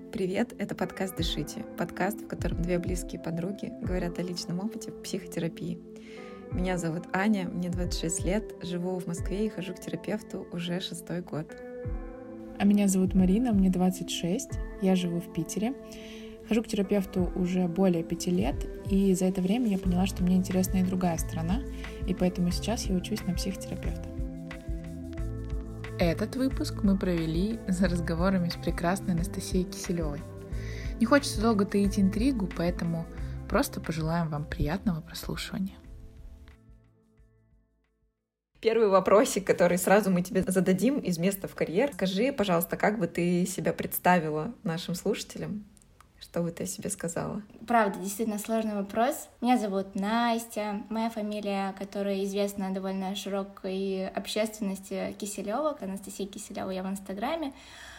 Привет, это подкаст «Дышите», подкаст, в котором две близкие подруги говорят о личном опыте психотерапии. Меня зовут Аня, мне 26 лет, живу в Москве и хожу к терапевту уже 6-й год. А меня зовут Марина, мне 26, я живу в Питере. Хожу к терапевту уже более 5 лет, и за это время я поняла, что мне интересна и другая сторона, и поэтому сейчас я учусь на психотерапевта. Этот выпуск мы провели за разговорами с прекрасной Анастасией Киселевой. Не хочется долго таить интригу, поэтому просто пожелаем вам приятного прослушивания. Первый вопросик, который сразу мы тебе зададим из места в карьер. Скажи, пожалуйста, как бы ты себя представила нашим слушателям? Что бы ты о себе сказала? Правда, действительно сложный вопрос. Меня зовут Настя. Моя фамилия, которая известна довольно широкой общественности, Киселева, Анастасия Киселева, я в Инстаграме.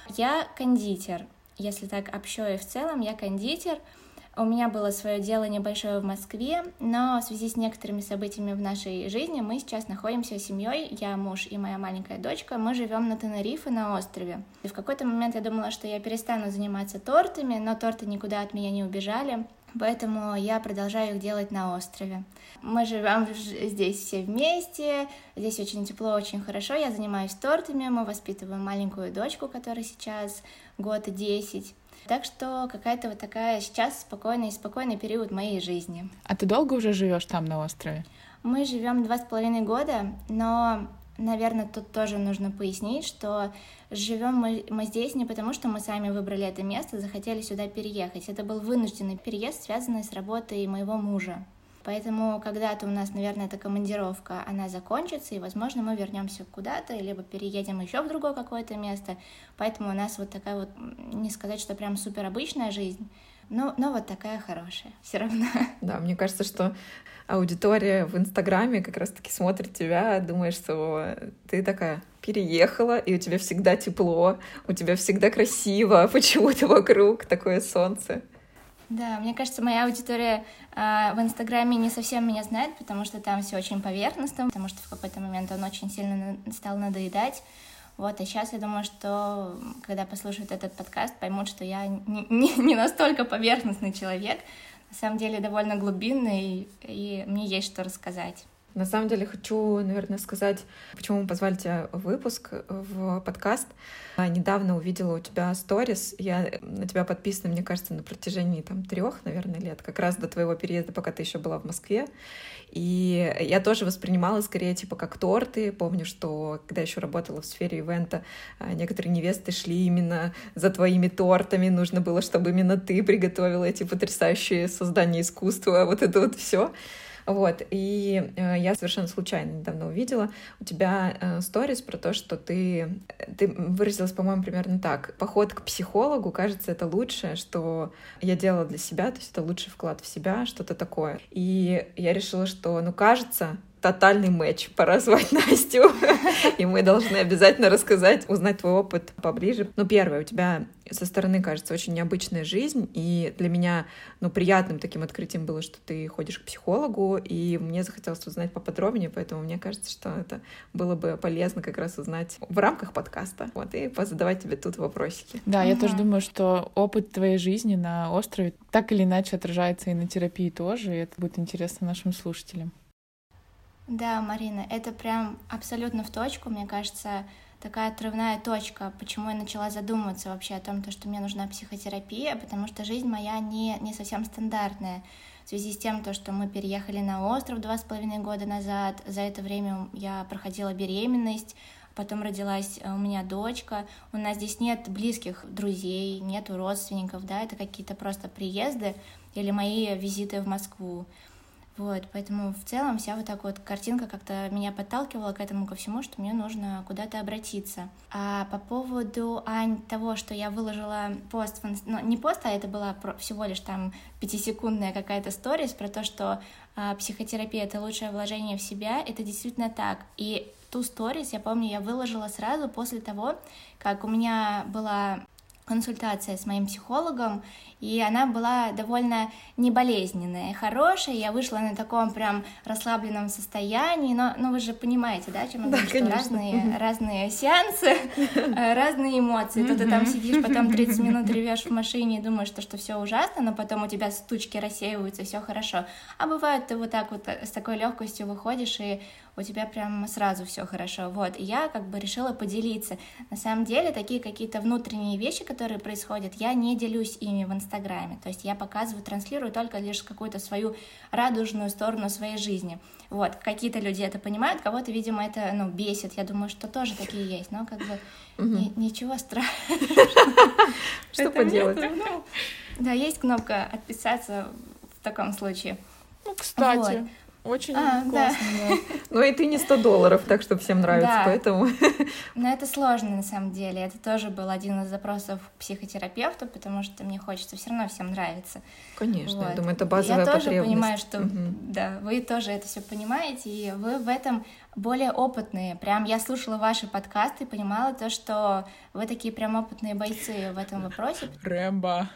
Я кондитер. Если так общо и в целом, я кондитер. У меня было свое дело небольшое в Москве, но в связи с некоторыми событиями в нашей жизни мы сейчас находимся семьей, я, муж и моя маленькая дочка, мы живем на Тенерифе, на острове. И в какой-то момент я думала, что я перестану заниматься тортами, но торты никуда от меня не убежали, поэтому я продолжаю их делать на острове. Мы живем здесь все вместе, здесь очень тепло, очень хорошо, я занимаюсь тортами, мы воспитываем маленькую дочку, которой сейчас год и 10. Так что какая-то вот такая сейчас спокойный период моей жизни. А ты долго уже живешь там на острове? Мы живем 2,5 года, но, наверное, тут тоже нужно пояснить, что живем мы здесь не потому, что мы сами выбрали это место, захотели сюда переехать. Это был вынужденный переезд, связанный с работой моего мужа. Поэтому когда-то у нас, наверное, эта командировка, она закончится, и, возможно, мы вернемся куда-то, либо переедем еще в другое какое-то место. Поэтому у нас вот такая вот, не сказать, что прям супер обычная жизнь, но вот такая хорошая все равно. Да, мне кажется, что аудитория в Инстаграме как раз-таки смотрит тебя, думает, что ты такая переехала, и у тебя всегда тепло, у тебя всегда красиво, почему-то вокруг такое солнце. Да, мне кажется, моя аудитория в Инстаграме не совсем меня знает, потому что там все очень поверхностно, потому что в какой-то момент он очень сильно стал надоедать. Вот, а сейчас я думаю, что когда послушают этот подкаст, поймут, что я не настолько поверхностный человек, на самом деле довольно глубинный, и мне есть что рассказать. На самом деле хочу, наверное, сказать, почему мы позвали тебя в выпуск, в подкаст. Недавно увидела у тебя сторис. Я на тебя подписана, мне кажется, на протяжении 3, наверное, лет, как раз до твоего переезда, пока ты еще была в Москве. И я тоже воспринимала скорее как торты. Помню, что когда еще работала в сфере ивента, некоторые невесты шли именно за твоими тортами. Нужно было, чтобы именно ты приготовила эти потрясающие создания искусства, вот это вот все. Вот, и я совершенно случайно недавно увидела у тебя сторис про то, что ты выразилась, по-моему, примерно так. Поход к психологу, кажется, это лучшее, что я делала для себя, то есть это лучший вклад в себя, что-то такое. И я решила, что, кажется, тотальный матч. Пора звать Настю, и мы должны обязательно рассказать, узнать твой опыт поближе. Первое, у тебя со стороны, кажется, очень необычная жизнь, и для меня, приятным таким открытием было, что ты ходишь к психологу, и мне захотелось узнать поподробнее, поэтому мне кажется, что это было бы полезно как раз узнать в рамках подкаста, и позадавать тебе тут вопросики. Да, я тоже думаю, что опыт твоей жизни на острове так или иначе отражается и на терапии тоже, и это будет интересно нашим слушателям. Да, Марина, это прям абсолютно в точку, мне кажется, такая отрывная точка, почему я начала задумываться вообще о том, что мне нужна психотерапия, потому что жизнь моя не совсем стандартная. В связи с тем, что мы переехали на остров 2,5 года назад, за это время я проходила беременность, потом родилась у меня дочка, у нас здесь нет близких друзей, нету родственников, да, это какие-то просто приезды или мои визиты в Москву. Вот, поэтому в целом вся вот так вот картинка как-то меня подталкивала к этому ко всему, что мне нужно куда-то обратиться. А по поводу, Ань, того, что я выложила пост, не пост, а это была всего лишь 5-секундная какая-то сторис про то, что психотерапия — это лучшее вложение в себя, это действительно так. И ту сторис, я помню, я выложила сразу после того, как у меня была консультация с моим психологом, и она была довольно неболезненная, хорошая. Я вышла на таком прям расслабленном состоянии, но вы же понимаете, да, о чем я говорю, что разные сеансы, разные эмоции. То ты там сидишь, потом 30 минут ревешь в машине и думаешь, что все ужасно, но потом у тебя тучки рассеиваются, все хорошо. А бывает, ты вот так вот с такой легкостью выходишь, и у тебя прям сразу все хорошо. Вот, и я как бы решила поделиться. На самом деле, такие какие-то внутренние вещи, которые происходят, я не делюсь ими в Инстаграме. То есть я показываю, транслирую только лишь какую-то свою радужную сторону своей жизни. Вот, какие-то люди это понимают, кого-то, видимо, это, бесит. Я думаю, что тоже такие есть, но как бы ничего страшного. Что поделать? Да, есть кнопка «Отписаться» в таком случае. Кстати... Очень классно, да. Ну и ты не $100, так что всем нравится, да. Поэтому... Но это сложно на самом деле. Это тоже был один из запросов к психотерапевту, потому что мне хочется все равно всем нравиться. Конечно, вот. Я думаю, это базовая потребность. Я тоже понимаю, что да, вы тоже это все понимаете, и вы в этом более опытные. Прям я слушала ваши подкасты и понимала то, что вы такие прям опытные бойцы в этом вопросе. Рэмбо.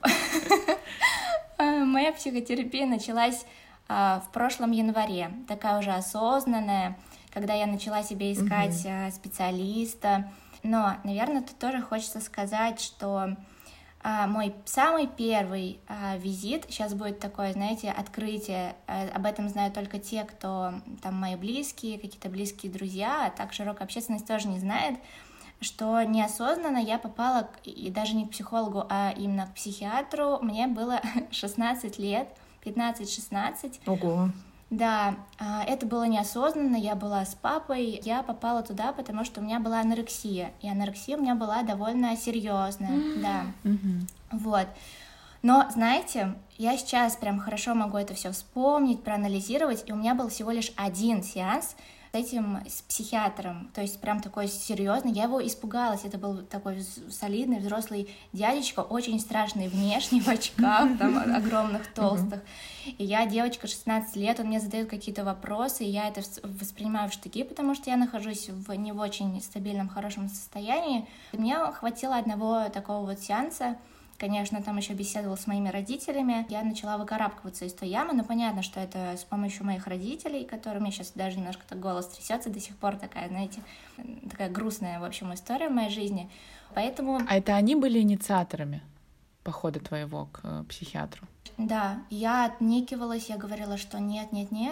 Моя психотерапия началась в прошлом январе, такая уже осознанная, когда я начала себе искать специалиста. Но, наверное, тут тоже хочется сказать, что мой самый первый визит, сейчас будет такое, знаете, открытие, об этом знают только те, кто там мои близкие, какие-то близкие друзья, а так широкая общественность тоже не знает, что неосознанно я попала, и даже не к психологу, а именно к психиатру. Мне было 16 лет, 15-16. Ого. Да, это было неосознанно, я была с папой, я попала туда, потому что у меня была анорексия, и анорексия у меня была довольно серьезная, да, вот. Но, знаете, я сейчас прям хорошо могу это все вспомнить, проанализировать, и у меня был всего лишь один сеанс с психиатром, то есть прям такой серьезный, я его испугалась, это был такой солидный взрослый дядечка, очень страшный внешне, в очках, там, огромных, толстых, и я девочка 16 лет, он мне задает какие-то вопросы, и я это воспринимаю в штыки, потому что я нахожусь в не в очень стабильном, хорошем состоянии, и мне хватило одного такого вот сеанса. Конечно, там еще беседовала с моими родителями. Я начала выкарабкиваться из той ямы, но понятно, что это с помощью моих родителей, которым я сейчас даже немножко так голос трясется, до сих пор такая, знаете, такая грустная, в общем, история в моей жизни. Поэтому... А это они были инициаторами похода твоего к психиатру? Да, я отнекивалась, я говорила, что нет,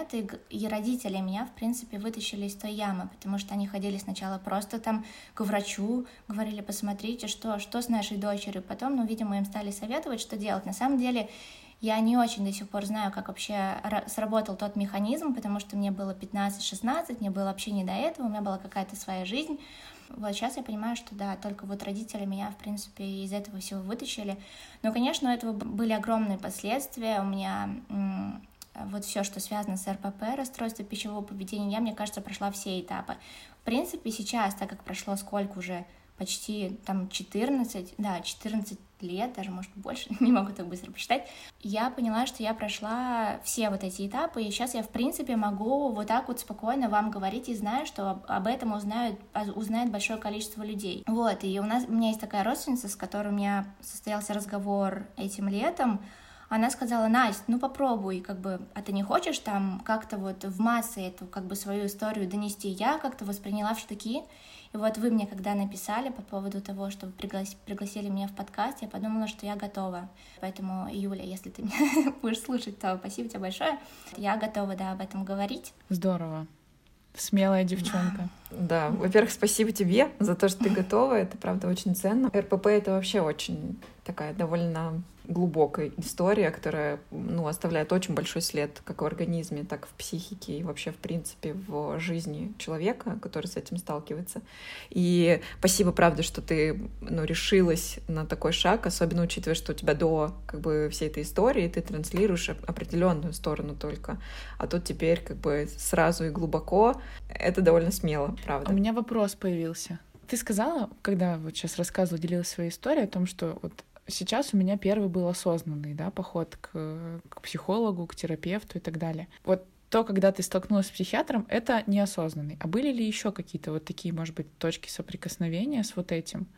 и родители меня, в принципе, вытащили из той ямы, потому что они ходили сначала просто там к врачу, говорили, посмотрите, что с нашей дочерью, потом, видимо, им стали советовать, что делать. На самом деле, я не очень до сих пор знаю, как вообще сработал тот механизм, потому что мне было 15-16, мне было вообще не до этого, у меня была какая-то своя жизнь. Вот сейчас я понимаю, что да, только вот родители меня, в принципе, из этого всего вытащили. Но, конечно, у этого были огромные последствия. У меня вот все, что связано с РПП, расстройство пищевого поведения, я, мне кажется, прошла все этапы. В принципе, сейчас, так как прошло сколько уже, почти там 14 лет, даже, может, больше, не могу так быстро посчитать, я поняла, что я прошла все вот эти этапы, и сейчас я, в принципе, могу вот так вот спокойно вам говорить и знаю, что об этом узнает большое количество людей. Вот, и у меня есть такая родственница, с которой у меня состоялся разговор этим летом. Она сказала: Настя, попробуй, а ты не хочешь там как-то вот в массы эту свою историю донести? Я как-то восприняла в штыки. И вот вы мне когда написали по поводу того, что вы пригласили меня в подкаст, я подумала, что я готова. Поэтому, Юля, если ты меня будешь слушать, то спасибо тебе большое. Я готова, да, об этом говорить. Здорово. Смелая девчонка. Да, во-первых, спасибо тебе за то, что ты готова. Это, правда, очень ценно. РПП — это вообще очень такая довольно глубокая история, которая, оставляет очень большой след как в организме, так и в психике и вообще, в принципе, в жизни человека, который с этим сталкивается. И спасибо, правда, что ты, решилась на такой шаг, особенно учитывая, что у тебя до всей этой истории ты транслируешь определенную сторону только, а тут теперь сразу и глубоко. Это довольно смело, правда. У меня вопрос появился. Ты сказала, когда вот сейчас рассказывала, делилась своей историей о том, что вот сейчас у меня первый был осознанный, да, поход к психологу, к терапевту и так далее. Вот то, когда ты столкнулась с психиатром, это неосознанный. А были ли еще какие-то вот такие, может быть, точки соприкосновения с вот этим,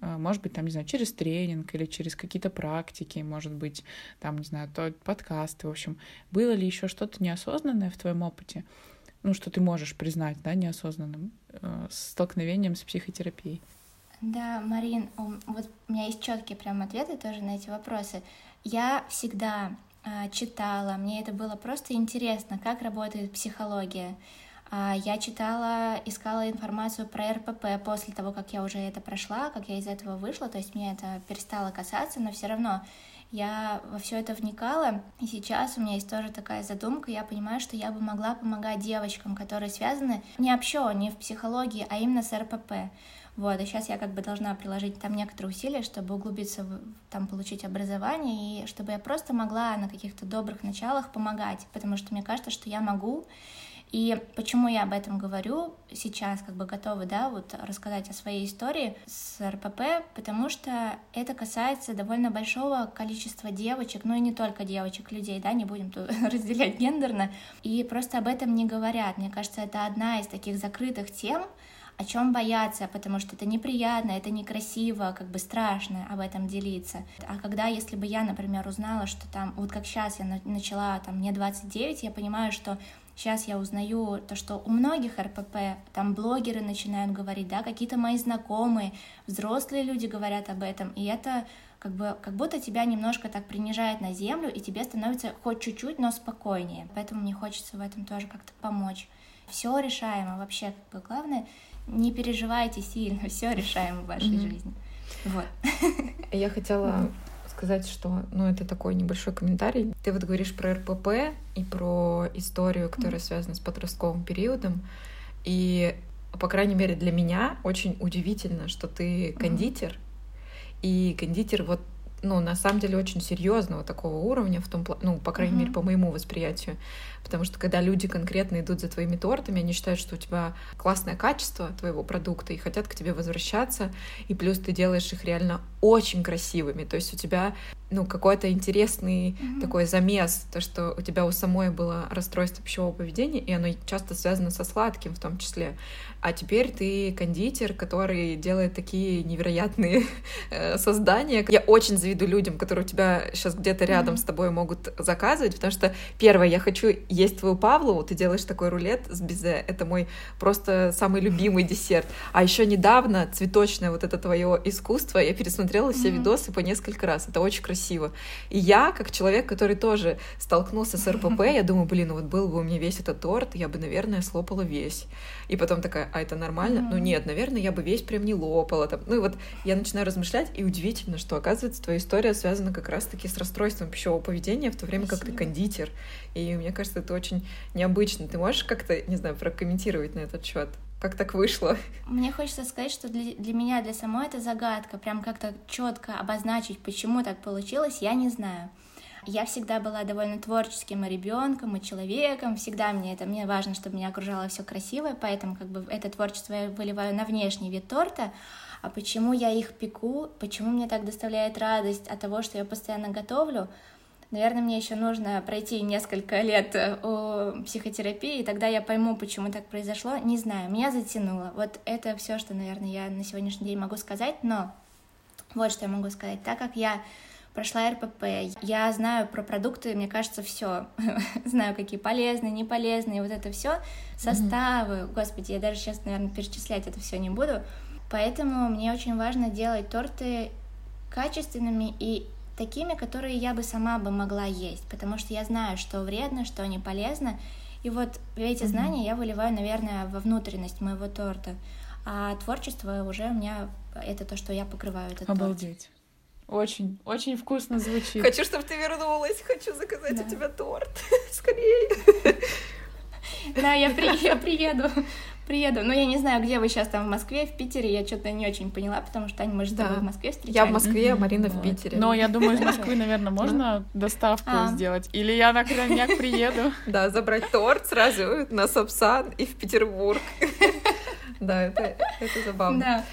может быть, там, не знаю, через тренинг или через какие-то практики, может быть, там, не знаю, подкасты, в общем. Было ли еще что-то неосознанное в твоем опыте, ну, что ты можешь признать, да, неосознанным, с столкновением с психотерапией? Да, Марин, вот у меня есть четкие прям ответы тоже на эти вопросы. Я всегда читала, мне это было просто интересно, как работает психология. Я читала, искала информацию про РПП после того, как я уже это прошла, как я из этого вышла, то есть меня это перестало касаться, но все равно я во все это вникала, и сейчас у меня есть тоже такая задумка, я понимаю, что я бы могла помогать девочкам, которые связаны не вообще, не в психологии, а именно с РПП. Вот, и сейчас я как бы должна приложить там некоторые усилия, чтобы углубиться, там получить образование, и чтобы я просто могла на каких-то добрых началах помогать, потому что мне кажется, что я могу. И почему я об этом говорю сейчас, как бы готова, да, вот рассказать о своей истории с РПП, потому что это касается довольно большого количества девочек, ну и не только девочек, людей, да, не будем тут разделять гендерно, и просто об этом не говорят. Мне кажется, это одна из таких закрытых тем, о чем бояться, потому что это неприятно, это некрасиво, как бы страшно об этом делиться. А когда, если бы я, например, узнала, что там, вот как сейчас я начала, там, мне 29, я понимаю, что сейчас я узнаю то, что у многих РПП, там блогеры начинают говорить, да, какие-то мои знакомые, взрослые люди говорят об этом, и это как будто тебя немножко так принижает на землю, и тебе становится хоть чуть-чуть, но спокойнее. Поэтому мне хочется в этом тоже как-то помочь. Все решаемо, вообще, как бы главное, не переживайте сильно, все решаемо в вашей жизни. Вот. Я хотела сказать, что, ну, это такой небольшой комментарий. Ты вот говоришь про РПП и про историю, которая связана с подростковым периодом. И, по крайней мере, для меня очень удивительно, что ты кондитер. И кондитер вот, ну, на самом деле очень серьезного такого уровня, в том, ну, по крайней мере, по моему восприятию. Потому что когда люди конкретно идут за твоими тортами, они считают, что у тебя классное качество твоего продукта и хотят к тебе возвращаться, и плюс ты делаешь их реально очень красивыми. То есть у тебя, ну, какой-то интересный такой замес, то, что у тебя у самой было расстройство пищевого поведения, и оно часто связано со сладким в том числе. А теперь ты кондитер, который делает такие невероятные создания. Я очень завидую людям, которые у тебя сейчас где-то рядом с тобой могут заказывать, потому что, первое, я хочу есть твою павлову, ты делаешь такой рулет с безе, это мой просто самый любимый десерт. А еще недавно цветочное вот это твое искусство, я пересмотрела все видосы по несколько раз, это очень красиво. И я, как человек, который тоже столкнулся с РПП, я думаю, блин, ну вот был бы у меня весь этот торт, я бы, наверное, слопала весь. И потом такая, а это нормально? Ну нет, наверное, я бы весь прям не лопала. Там. Ну и вот я начинаю размышлять, и удивительно, что, оказывается, твоя история связана как раз-таки с расстройством пищевого поведения, в то время как ты кондитер. И мне кажется, это очень необычно. Ты можешь как-то, не знаю, прокомментировать на этот счет? Как так вышло? Мне хочется сказать, что для меня, для самой это загадка. Прям как-то четко обозначить, почему так получилось, я не знаю. Я всегда была довольно творческим и ребенком, и человеком. Всегда мне важно, чтобы меня окружало все красивое, поэтому как бы это творчество я выливаю на внешний вид торта. А почему я их пеку, почему мне так доставляет радость от того, что я постоянно готовлю? Наверное, мне еще нужно пройти несколько лет психотерапии, и тогда я пойму, почему так произошло. Не знаю, меня затянуло. Вот это все, что, наверное, я на сегодняшний день могу сказать, но вот что я могу сказать. Так как я прошла РПП, я знаю про продукты, мне кажется, все. Знаю, какие полезные, не полезные, вот это все, составы. Господи, я даже сейчас, наверное, перечислять это все не буду. Поэтому мне очень важно делать торты качественными и такими, которые я бы сама бы могла есть, потому что я знаю, что вредно, что не полезно, и вот эти знания я выливаю, наверное, во внутренность моего торта, а творчество уже у меня это то, что я покрываю этот торт. Обалдеть. Очень, очень вкусно звучит. Хочу, чтобы ты вернулась, хочу заказать у тебя торт, скорее. Да, я приеду. Но я не знаю, где вы сейчас там в Москве, в Питере, я что-то не очень поняла, потому что, Аня, мы же с тобой в Москве встречались. Я в Москве, а Марина в Питере. Но я думаю, из Москвы, наверное, можно доставку сделать. Или я на крайняк приеду. Да, забрать торт сразу на Сапсан и в Петербург. Да, это забавно. Да.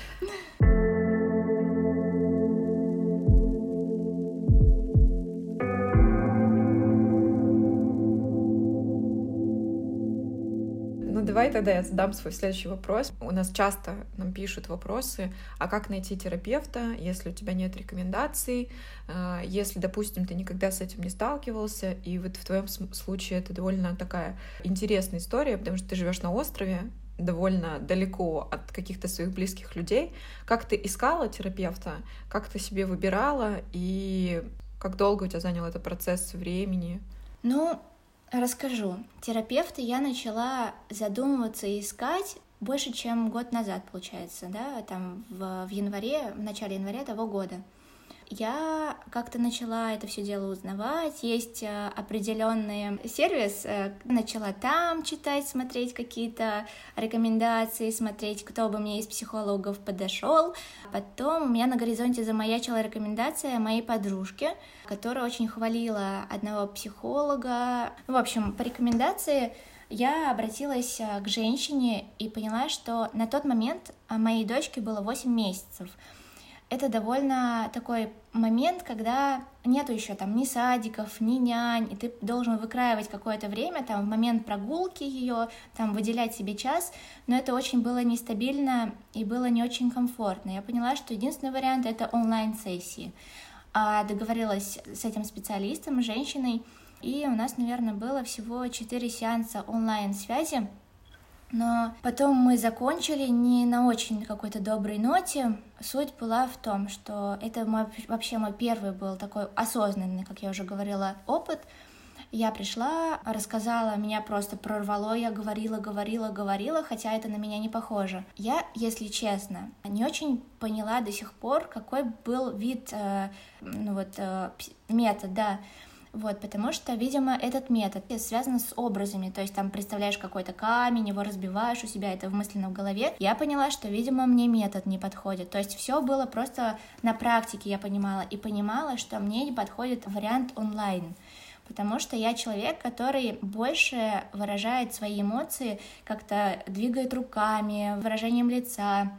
Давай тогда я задам свой следующий вопрос. У нас часто нам пишут вопросы, а как найти терапевта, если у тебя нет рекомендаций, если, допустим, ты никогда с этим не сталкивался, и вот в твоем случае это довольно такая интересная история, потому что ты живешь на острове, довольно далеко от каких-то своих близких людей. Как ты искала терапевта, как ты себе выбирала, и как долго у тебя занял этот процесс времени? Ну, расскажу. Терапевта я начала задумываться и искать больше, чем год назад, получается, да, там в январе, в начале января того года. Я как-то начала это все дело узнавать, есть определенный сервис, начала там читать, смотреть какие-то рекомендации, смотреть, кто бы мне из психологов подошел. Потом у меня на горизонте замаячила рекомендация моей подружки, которая очень хвалила одного психолога. В общем, по рекомендации я обратилась к женщине и поняла, что на тот момент моей дочке было 8 месяцев. Это довольно такой момент, когда нету еще там ни садиков, ни нянь, и ты должен выкраивать какое-то время, там в момент прогулки ее, там выделять себе час, но это очень было нестабильно и было не очень комфортно. Я поняла, что единственный вариант — это онлайн-сессии. Договорилась с этим специалистом, женщиной, и у нас, наверное, было всего 4 сеанса онлайн-связи, но потом мы закончили не на очень какой-то доброй ноте. Суть была в том, что это вообще мой первый был такой осознанный, как я уже говорила, опыт. Я пришла, рассказала, меня просто прорвало, я говорила, хотя это на меня не похоже. Я, если честно, не очень поняла до сих пор, какой был вид, метод, да. Вот, потому что, видимо, этот метод связан с образами, то есть там представляешь какой-то камень, его разбиваешь у себя, это в мысленном голове. Я поняла, что, видимо, мне метод не подходит, то есть все было просто на практике, я понимала, что мне не подходит вариант онлайн, потому что я человек, который больше выражает свои эмоции, как-то двигает руками, выражением лица.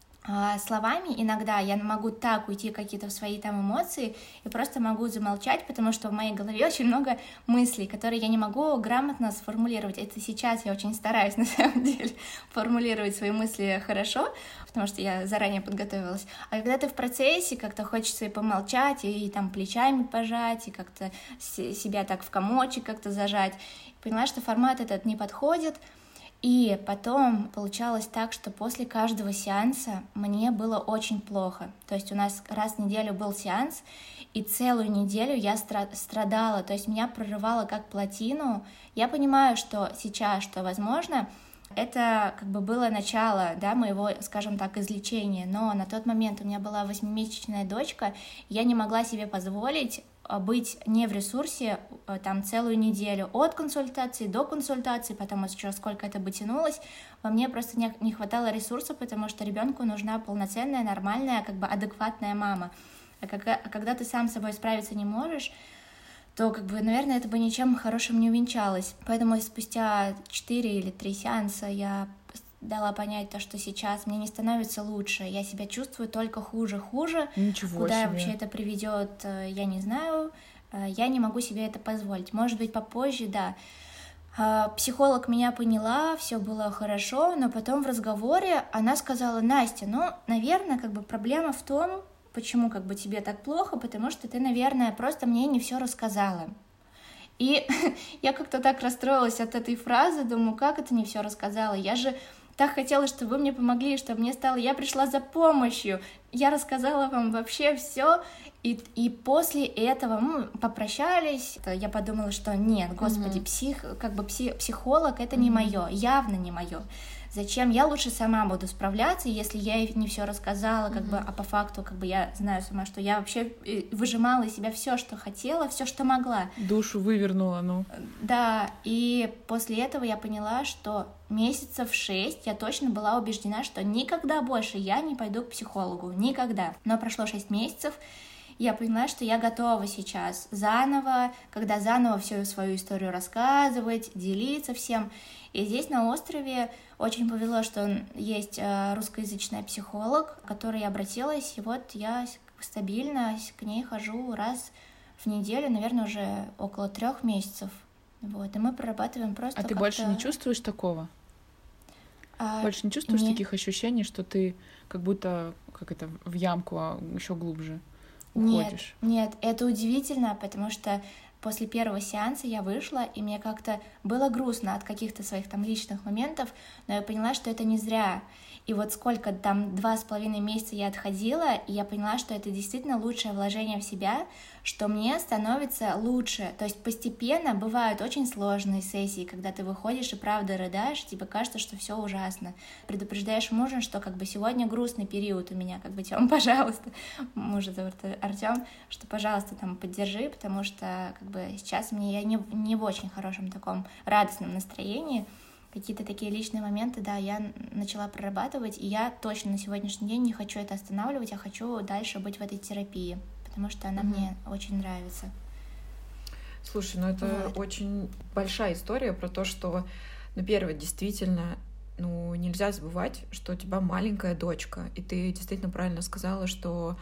Словами иногда я могу так уйти какие-то в свои там эмоции и просто могу замолчать, потому что в моей голове очень много мыслей, которые я не могу грамотно сформулировать. Это сейчас я очень стараюсь, на самом деле, формулировать свои мысли хорошо, потому что я заранее подготовилась. А когда ты в процессе, как-то хочется и помолчать, и там плечами пожать, и как-то себя так в комочек как-то зажать. Поняла, что формат этот не подходит. И потом получалось так, что после каждого сеанса мне было очень плохо. То есть у нас раз в неделю был сеанс, и целую неделю я страдала, то есть меня прорывало как плотину. Я понимаю, что сейчас, что возможно, это как бы было начало, да, моего, скажем так, излечения, но на тот момент у меня была 8-месячная дочка, я не могла себе позволить быть не в ресурсе там целую неделю, от консультации до консультации, потом еще сколько это бы тянулось, во мне просто не хватало ресурса, потому что ребенку нужна полноценная, нормальная, как бы адекватная мама. А когда ты сам с собой справиться не можешь, то, как бы, наверное, это бы ничем хорошим не увенчалось. Поэтому спустя 4 или 3 сеанса я дала понять то, что сейчас мне не становится лучше, я себя чувствую только хуже. Ничего Куда себе. вообще это приведет, я не знаю, я не могу себе это позволить. Может быть, попозже, да. Психолог меня поняла, все было хорошо, но потом в разговоре она сказала: Настя, ну, наверное, как бы проблема в том, почему как бы тебе так плохо, потому что ты, наверное, просто мне не все рассказала. И я как-то так расстроилась от этой фразы, думаю, как это не все рассказала? Я же так хотела, чтобы вы мне помогли, чтобы мне стало... Я пришла за помощью, я рассказала вам вообще все, и после этого мы попрощались. Я подумала, что нет, господи, психолог — это не мое, явно не мое. Зачем? Я лучше сама буду справляться, если я ей не все рассказала, как бы, а по факту, как бы, я знаю сама, что я вообще выжимала из себя все, что хотела, все, что могла. Душу вывернула, ну. Да, и после этого я поняла, что месяцев 6 я точно была убеждена, что никогда больше я не пойду к психологу, никогда. Но прошло 6 месяцев, я поняла, что я готова сейчас заново, когда заново всю свою историю рассказывать, делиться всем. И здесь на острове очень повезло, что есть русскоязычный психолог, к которой я обратилась, и вот я стабильно к ней хожу раз в неделю, наверное, уже около 3 месяцев. Вот, и мы прорабатываем просто. А ты больше не чувствуешь такого? Больше не чувствуешь Нет. таких ощущений, что ты как будто в ямку еще глубже Нет, уходишь? нет, это удивительно, потому что после первого сеанса я вышла, и мне как-то было грустно от каких-то своих там личных моментов, но я поняла, что это не зря. И вот сколько там 2,5 месяца я отходила, и я поняла, что это действительно лучшее вложение в себя, что мне становится лучше. То есть постепенно бывают очень сложные сессии, когда ты выходишь и правда рыдаешь, и тебе кажется, что все ужасно. Предупреждаешь мужа, что как бы сегодня грустный период у меня, как бы Тём, пожалуйста, мужа зовут Артём, что пожалуйста там поддержи, потому что как бы сейчас я не в очень хорошем таком радостном настроении. Какие-то такие личные моменты, да, я начала прорабатывать, и я точно на сегодняшний день не хочу это останавливать, а хочу дальше быть в этой терапии, потому что она мне очень нравится. Слушай, ну это очень большая история про то, что, ну, первое, действительно, ну, нельзя забывать, что у тебя маленькая дочка, и ты действительно правильно сказала, что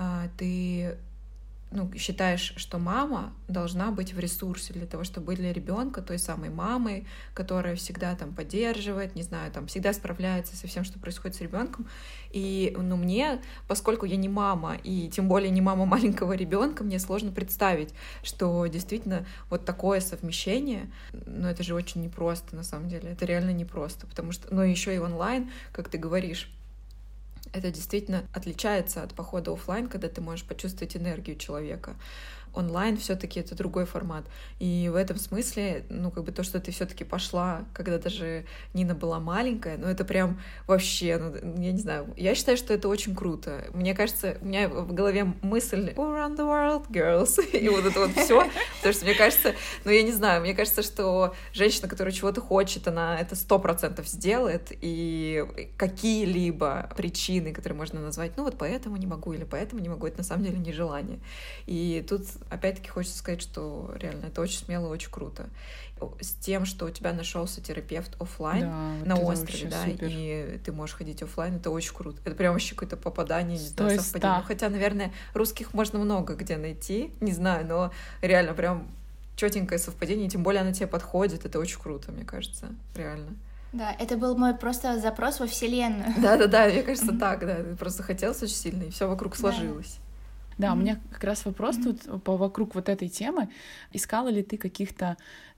ты считаешь, что мама должна быть в ресурсе для того, чтобы быть для ребенка той самой мамой, которая всегда там поддерживает, не знаю, там всегда справляется со всем, что происходит с ребенком. И мне, поскольку я не мама, и тем более не мама маленького ребенка, мне сложно представить, что действительно вот такое совмещение, это же очень непросто на самом деле, это реально непросто, потому что, еще и онлайн, как ты говоришь, это действительно отличается от похода офлайн, когда ты можешь почувствовать энергию человека. Онлайн все-таки это другой формат. И в этом смысле, то, что ты все-таки пошла, когда даже Нина была маленькая, это прям вообще, я не знаю, я считаю, что это очень круто. Мне кажется, у меня в голове мысль "Go around the world, girls", и вот это вот все, потому что мне кажется, я не знаю, мне кажется, что женщина, которая чего-то хочет, она это 100% сделает, и какие-либо причины, которые можно назвать, поэтому не могу, или поэтому не могу, это на самом деле нежелание. И тут опять-таки хочется сказать, что реально это очень смело, очень круто. С тем, что у тебя нашелся терапевт офлайн на острове, да, супер. И ты можешь ходить офлайн, это очень круто. Это прям вообще какое-то попадание, не знаю, совпадение. Хотя, наверное, русских можно много где найти, не знаю, но реально прям четенькое совпадение, тем более оно тебе подходит, это очень круто, мне кажется, реально. Да, это был мой просто запрос во Вселенную. Да, мне кажется, так, да, ты просто хотелось очень сильно, и все вокруг сложилось. Да, у меня как раз вопрос тут вокруг вот этой темы. Искала ли ты каких-то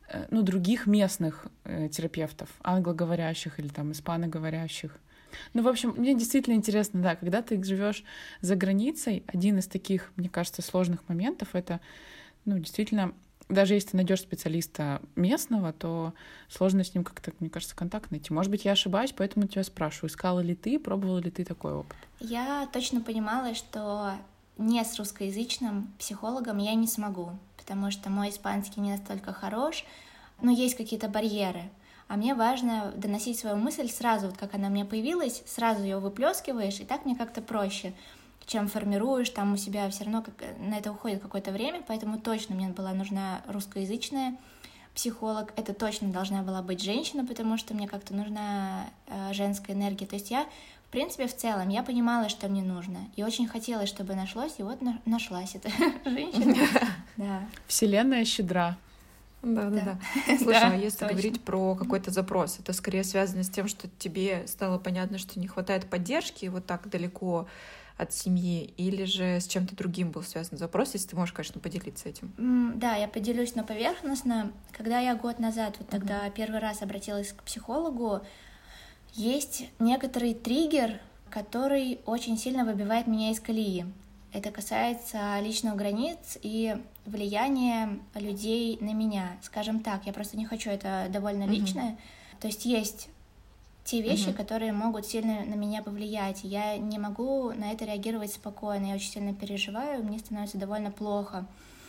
других местных терапевтов, англоговорящих или там испаноговорящих? В общем, мне действительно интересно, да, когда ты живешь за границей, один из таких, мне кажется, сложных моментов — это, действительно, даже если ты найдешь специалиста местного, то сложно с ним как-то, мне кажется, контакт найти. Может быть, я ошибаюсь, поэтому тебя спрашиваю, искала ли ты, пробовала ли ты такой опыт? Я точно понимала, что не с русскоязычным психологом я не смогу, потому что мой испанский не настолько хорош, но есть какие-то барьеры. А мне важно доносить свою мысль сразу, вот как она у меня появилась, сразу ее выплескиваешь, и так мне как-то проще, чем формируешь, там у себя все равно на это уходит какое-то время, поэтому точно мне была нужна русскоязычная психолог, это точно должна была быть женщина, потому что мне как-то нужна женская энергия. То есть я, в принципе, в целом, я понимала, что мне нужно, и очень хотелось, чтобы нашлось, и вот нашлась эта женщина. Да. Вселенная щедра. Да. Слушай, а если говорить про какой-то запрос, это скорее связано с тем, что тебе стало понятно, что не хватает поддержки вот так далеко от семьи, или же с чем-то другим был связан запрос, если ты можешь, конечно, поделиться этим? Да, я поделюсь, но поверхностно. Когда я год назад, вот тогда первый раз обратилась к психологу, есть некоторый триггер, который очень сильно выбивает меня из колеи. Это касается личных границ и влияния людей на меня. Скажем так, я просто не хочу, это довольно личное. То есть те вещи, которые могут сильно на меня повлиять. Я не могу на это реагировать спокойно. Я очень сильно переживаю, мне становится довольно плохо.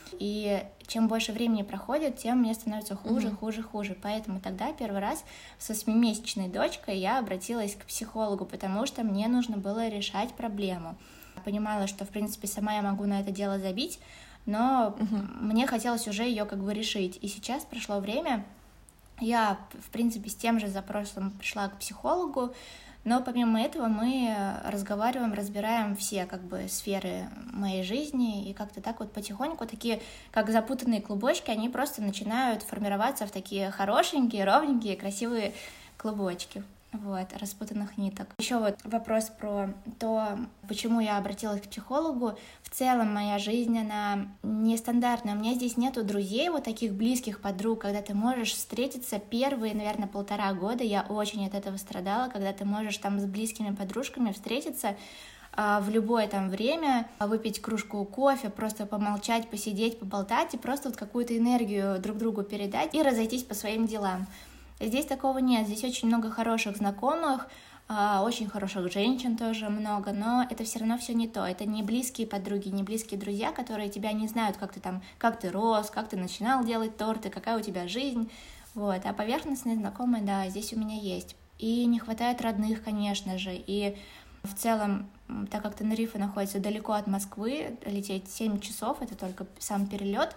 И чем больше времени проходит, тем мне становится хуже. Поэтому тогда первый раз с 8-месячной дочкой я обратилась к психологу, потому что мне нужно было решать проблему. Понимала, что, в принципе, сама я могу на это дело забить, но мне хотелось уже ее как бы решить. И сейчас прошло время, я, в принципе, с тем же запросом пришла к психологу, но помимо этого мы разговариваем, разбираем все как бы сферы моей жизни, и как-то так вот потихоньку такие, как запутанные клубочки, они просто начинают формироваться в такие хорошенькие, ровненькие, красивые клубочки. вот, распутанных ниток. Еще вот вопрос про то, почему я обратилась к психологу. В целом моя жизнь, она нестандартная. У меня здесь нету друзей, вот таких близких подруг, когда ты можешь встретиться первые, наверное, 1,5 года. Я очень от этого страдала, когда ты можешь там с близкими подружками встретиться в любое там время, выпить кружку кофе, просто помолчать, посидеть, поболтать и просто вот какую-то энергию друг другу передать и разойтись по своим делам. Здесь такого нет, здесь очень много хороших знакомых, очень хороших женщин тоже много, но это все равно все не то, это не близкие подруги, не близкие друзья, которые тебя не знают, как ты рос, как ты начинал делать торты, какая у тебя жизнь, вот, а поверхностные знакомые, да, здесь у меня есть. И не хватает родных, конечно же, и в целом, так как Тенерифе находится далеко от Москвы, лететь 7 часов, это только сам перелет,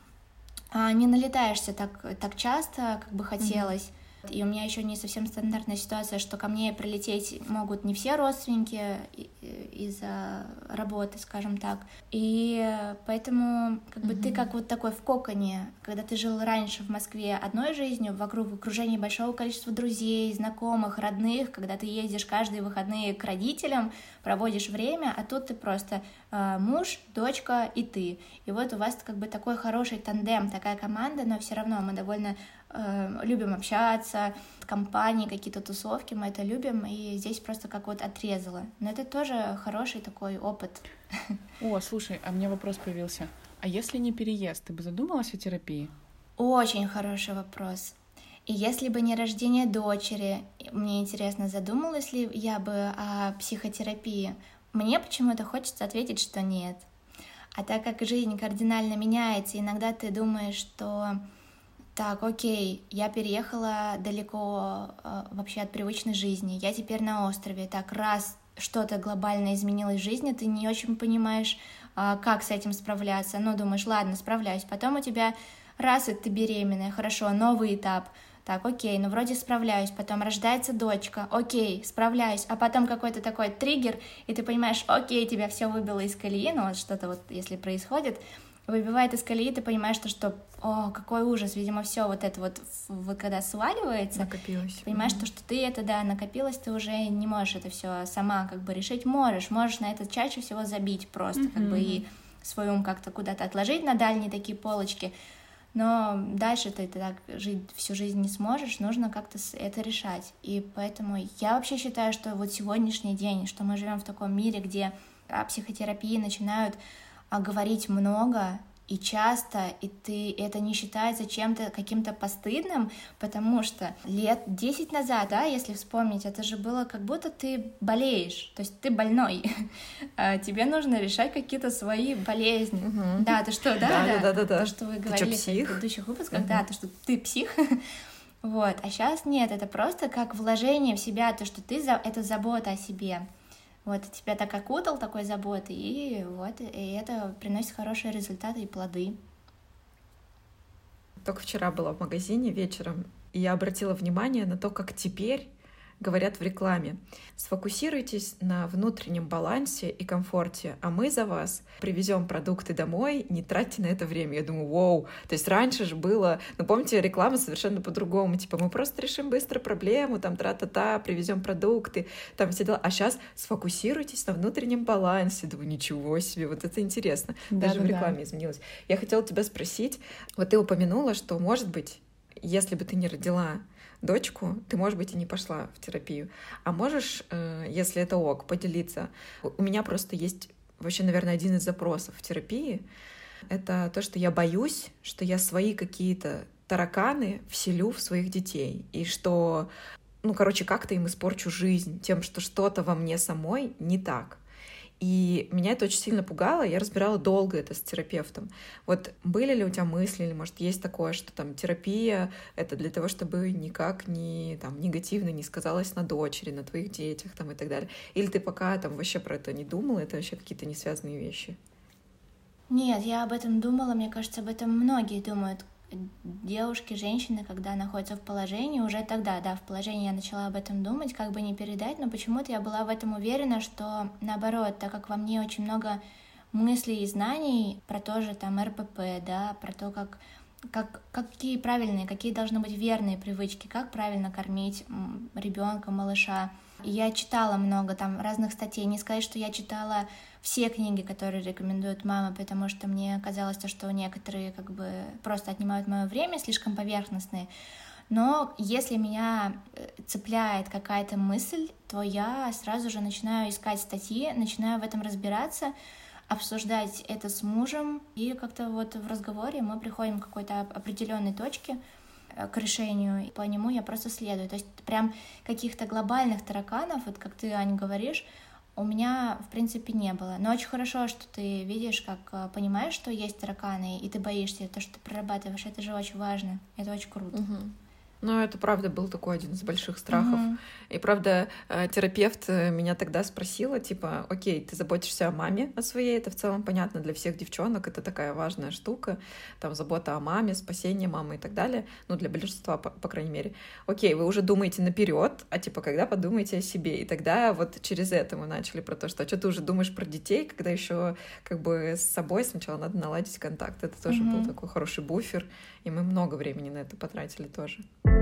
не налетаешься так часто, как бы хотелось. И у меня еще не совсем стандартная ситуация, что ко мне прилететь могут не все родственники из-за работы, скажем так. И поэтому как бы ты как вот такой в коконе, когда ты жил раньше в Москве одной жизнью, вокруг в окружении большого количества друзей, знакомых, родных, когда ты ездишь каждые выходные к родителям, проводишь время, а тут ты просто муж, дочка и ты. И вот у вас как бы такой хороший тандем, такая команда, но все равно мы довольно любим общаться, компании, какие-то тусовки, мы это любим, и здесь просто как вот отрезало. Но это тоже хороший такой опыт. О, слушай, а у меня вопрос появился. А если не переезд, ты бы задумалась о терапии? Очень хороший вопрос. И если бы не рождение дочери, мне интересно, задумалась ли я бы о психотерапии? Мне почему-то хочется ответить, что нет. А так как жизнь кардинально меняется, иногда ты думаешь, что так, окей, я переехала далеко вообще от привычной жизни, я теперь на острове, так, раз что-то глобально изменилось в жизни, ты не очень понимаешь, как с этим справляться, ну, думаешь, ладно, справляюсь, потом у тебя раз, и ты беременная, хорошо, новый этап, так, окей, ну, вроде справляюсь, потом рождается дочка, окей, справляюсь, а потом какой-то такой триггер, и ты понимаешь, окей, тебя все выбило из колеи, ну, вот что-то вот, если происходит, выбивает из колеи, ты понимаешь, что о, какой ужас, видимо, все вот это вот когда сваливается, накопилось. Понимаешь, что ты это, да, накопилось, ты уже не можешь это все сама как бы решить, можешь на это чаще всего забить просто, как бы и свой ум как-то куда-то отложить на дальние такие полочки, но дальше ты так жить всю жизнь не сможешь, нужно как-то это решать, и поэтому я вообще считаю, что вот сегодняшний день, что мы живем в таком мире, где о психотерапии начинают говорить много и часто, и это не считается чем-то каким-то постыдным, потому что лет 10 назад, да, если вспомнить, это же было как будто ты болеешь, то есть ты больной, тебе нужно решать какие-то свои болезни. Да, ты что, да, то, что вы говорили в предыдущих выпусках, да, то, что ты псих. Вот, а сейчас нет, это просто как вложение в себя, то, что это забота о себе. Вот, тебя так окутал такой заботой, и вот, и это приносит хорошие результаты и плоды. Только вчера была в магазине вечером, и я обратила внимание на то, как теперь говорят в рекламе. Сфокусируйтесь на внутреннем балансе и комфорте, а мы за вас привезем продукты домой, не тратьте на это время. Я думаю, вау, то есть раньше же было, ну помните, реклама совершенно по-другому, типа мы просто решим быстро проблему, там тра-та-та, привезем продукты, там все дела, а сейчас сфокусируйтесь на внутреннем балансе. Думаю, ничего себе, вот это интересно, даже в рекламе изменилось. Я хотела тебя спросить, вот ты упомянула, что, может быть, если бы ты не родила дочку, ты, может быть, и не пошла в терапию. А можешь, если это ок, поделиться? У меня просто есть вообще, наверное, один из запросов в терапии. Это то, что я боюсь, что я свои какие-то тараканы вселю в своих детей. И что, как-то им испорчу жизнь тем, что что-то во мне самой не так. И меня это очень сильно пугало, я разбирала долго это с терапевтом. Вот были ли у тебя мысли, или, может, есть такое, что там терапия — это для того, чтобы никак не негативно не сказалось на дочери, на твоих детях там, и так далее? Или ты пока там вообще про это не думала, это вообще какие-то несвязанные вещи? Нет, я об этом думала, мне кажется, об этом многие думают. Девушки, женщины, когда находятся в положении, уже тогда, да, в положении я начала об этом думать, как бы не передать, но почему-то я была в этом уверена, что наоборот, так как во мне очень много мыслей и знаний про то же там РПП, да, про то, как какие правильные, какие должны быть верные привычки, как правильно кормить ребенка, малыша. И я читала много там разных статей. Не сказать, что я читала все книги, которые рекомендует мама, потому что мне казалось, что некоторые как бы просто отнимают мое время, слишком поверхностные. Но если меня цепляет какая-то мысль, то я сразу же начинаю искать статьи, начинаю в этом разбираться, обсуждать это с мужем, и как-то вот в разговоре мы приходим к какой-то определенной точке, к решению, и по нему я просто следую. То есть прям каких-то глобальных тараканов, вот как ты, Аня, говоришь, у меня, в принципе, не было. Но очень хорошо, что ты видишь, как понимаешь, что есть тараканы, и ты боишься, то, что ты прорабатываешь, это же очень важно, это очень круто. Ну, это, правда, был такой один из больших страхов. И, правда, терапевт меня тогда спросила, типа, окей, ты заботишься о маме, о своей, это в целом понятно для всех девчонок, это такая важная штука, там, забота о маме, спасение мамы и так далее, ну, для большинства, по крайней мере. Окей, вы уже думаете наперед, а, типа, когда подумаете о себе? И тогда вот через это мы начали про то, что, а что ты уже думаешь про детей, когда еще как бы с собой сначала надо наладить контакт. Это тоже был такой хороший буфер, и мы много времени на это потратили тоже.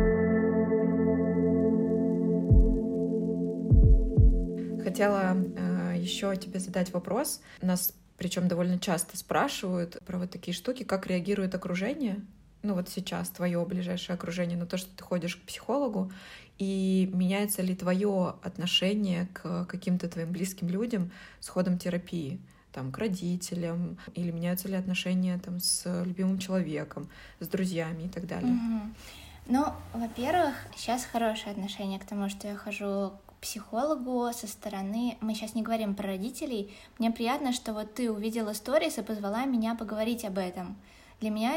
Хотела еще тебе задать вопрос. Нас, причем довольно часто спрашивают про вот такие штуки, как реагирует окружение, ну вот сейчас твое ближайшее окружение на то, что ты ходишь к психологу, и меняется ли твое отношение к каким-то твоим близким людям с ходом терапии, там, к родителям, или меняются ли отношения там с любимым человеком, с друзьями и так далее. Ну, во-первых, сейчас хорошее отношение к тому, что я хожу к психологу со стороны... Мы сейчас не говорим про родителей. Мне приятно, что вот ты увидела сторис и позвала меня поговорить об этом. Для меня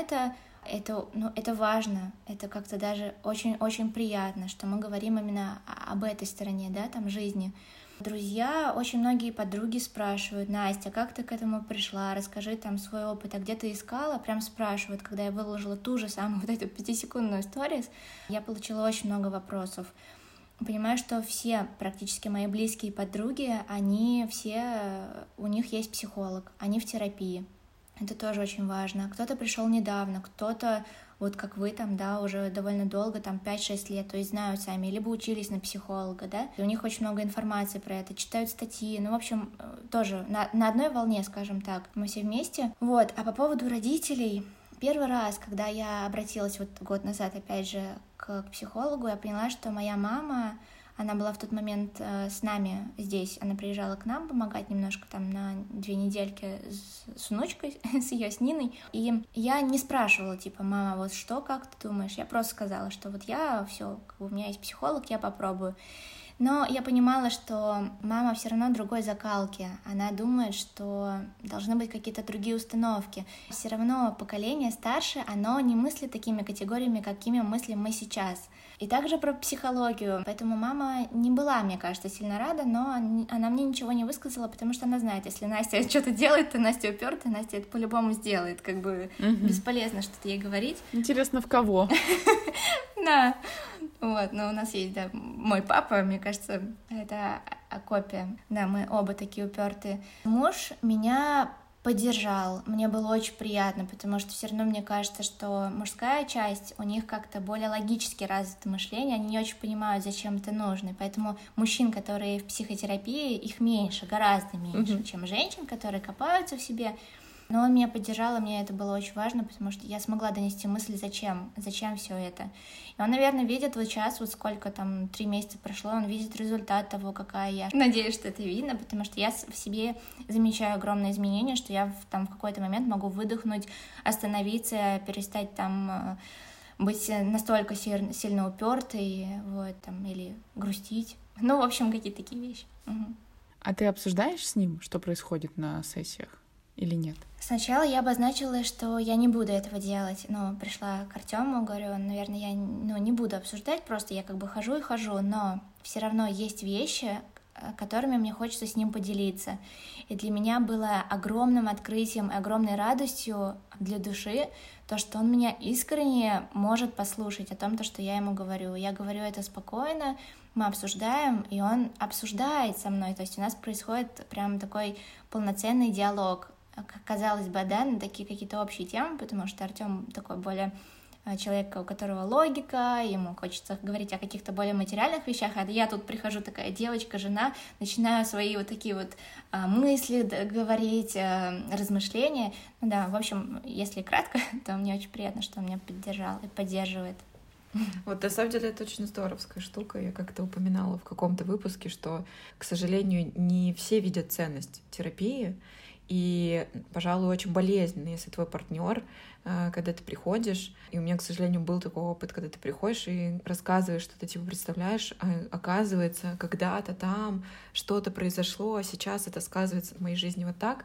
это важно, это как-то даже очень-очень приятно, что мы говорим именно об этой стороне, да, там, жизни. Друзья, очень многие подруги спрашивают: Настя, как ты к этому пришла, расскажи там свой опыт, а где ты искала, прям спрашивают, когда я выложила ту же самую вот эту 5-секундную сторис, я получила очень много вопросов. Понимаю, что все практически мои близкие подруги, они все, у них есть психолог, они в терапии, это тоже очень важно. Кто-то пришел недавно, кто-то вот как вы там, да, уже довольно долго, там 5-6 лет, то есть знают сами, либо учились на психолога, да, и у них очень много информации про это, читают статьи, ну, в общем, тоже на одной волне, скажем так, мы все вместе. Вот, а по поводу родителей, первый раз, когда я обратилась вот год назад, опять же, к психологу, я поняла, что моя мама, она была в тот момент с нами здесь, она приезжала к нам помогать немножко там на 2 недельки с внучкой, с ее, с Ниной, и я не спрашивала, типа, мама, вот что, как ты думаешь? Я просто сказала, что вот я все, у меня есть психолог, я попробую. Но я понимала, что мама все равно другой закалки. Она думает, что должны быть какие-то другие установки. Все равно поколение старше, оно не мыслит такими категориями, какими мыслим мы сейчас. И также про психологию. Поэтому мама не была, мне кажется, сильно рада, но она мне ничего не высказала, потому что она знает, если Настя что-то делает, то Настя упертая, Настя это по-любому сделает. Как бы бесполезно что-то ей говорить. Интересно, в кого? Да. Вот, но у нас есть, да, мой папа, мне кажется, это копия. Да, мы оба такие упертые. Муж меня поддержал, мне было очень приятно, потому что все равно мне кажется, что мужская часть, у них как-то более логически развито мышление, они не очень понимают, зачем это нужно, и поэтому мужчин, которые в психотерапии, их меньше, гораздо меньше, чем женщин, которые копаются в себе. Но он меня поддержал, и мне это было очень важно, потому что я смогла донести мысль, зачем все это. И он, наверное, видит вот сейчас, вот сколько там, 3 месяца прошло, он видит результат того, какая я. Надеюсь, что это видно, потому что я в себе замечаю огромные изменения, что я там в какой-то момент могу выдохнуть, остановиться, перестать там быть настолько сильно упертой, вот, там, или грустить. Ну, в общем, какие-то такие вещи. А ты обсуждаешь с ним, что происходит на сессиях? Или нет? Сначала я обозначила, что я не буду этого делать. Но пришла к Артему, говорю, наверное, я не буду обсуждать, просто я как бы хожу и хожу, но все равно есть вещи, которыми мне хочется с ним поделиться. И для меня было огромным открытием, огромной радостью для души то, что он меня искренне может послушать о том, что я ему говорю. Я говорю это спокойно, мы обсуждаем, и он обсуждает со мной. То есть у нас происходит прям такой полноценный диалог. казалось бы, да, на такие какие-то общие темы, потому что Артём такой более человек, у которого логика, ему хочется говорить о каких-то более материальных вещах, а я тут прихожу такая девочка, жена, начинаю свои вот такие вот мысли говорить, размышления. Ну да, в общем, если кратко, то мне очень приятно, что он меня поддержал и поддерживает. Вот на самом деле это очень здоровская штука. Я как-то упоминала в каком-то выпуске, что, к сожалению, не все видят ценность терапии. И, пожалуй, очень болезненно, если твой партнер, когда ты приходишь, и у меня, к сожалению, был такой опыт, когда ты приходишь и рассказываешь, что ты типа представляешь, а оказывается, когда-то там что-то произошло, а сейчас это сказывается в моей жизни вот так.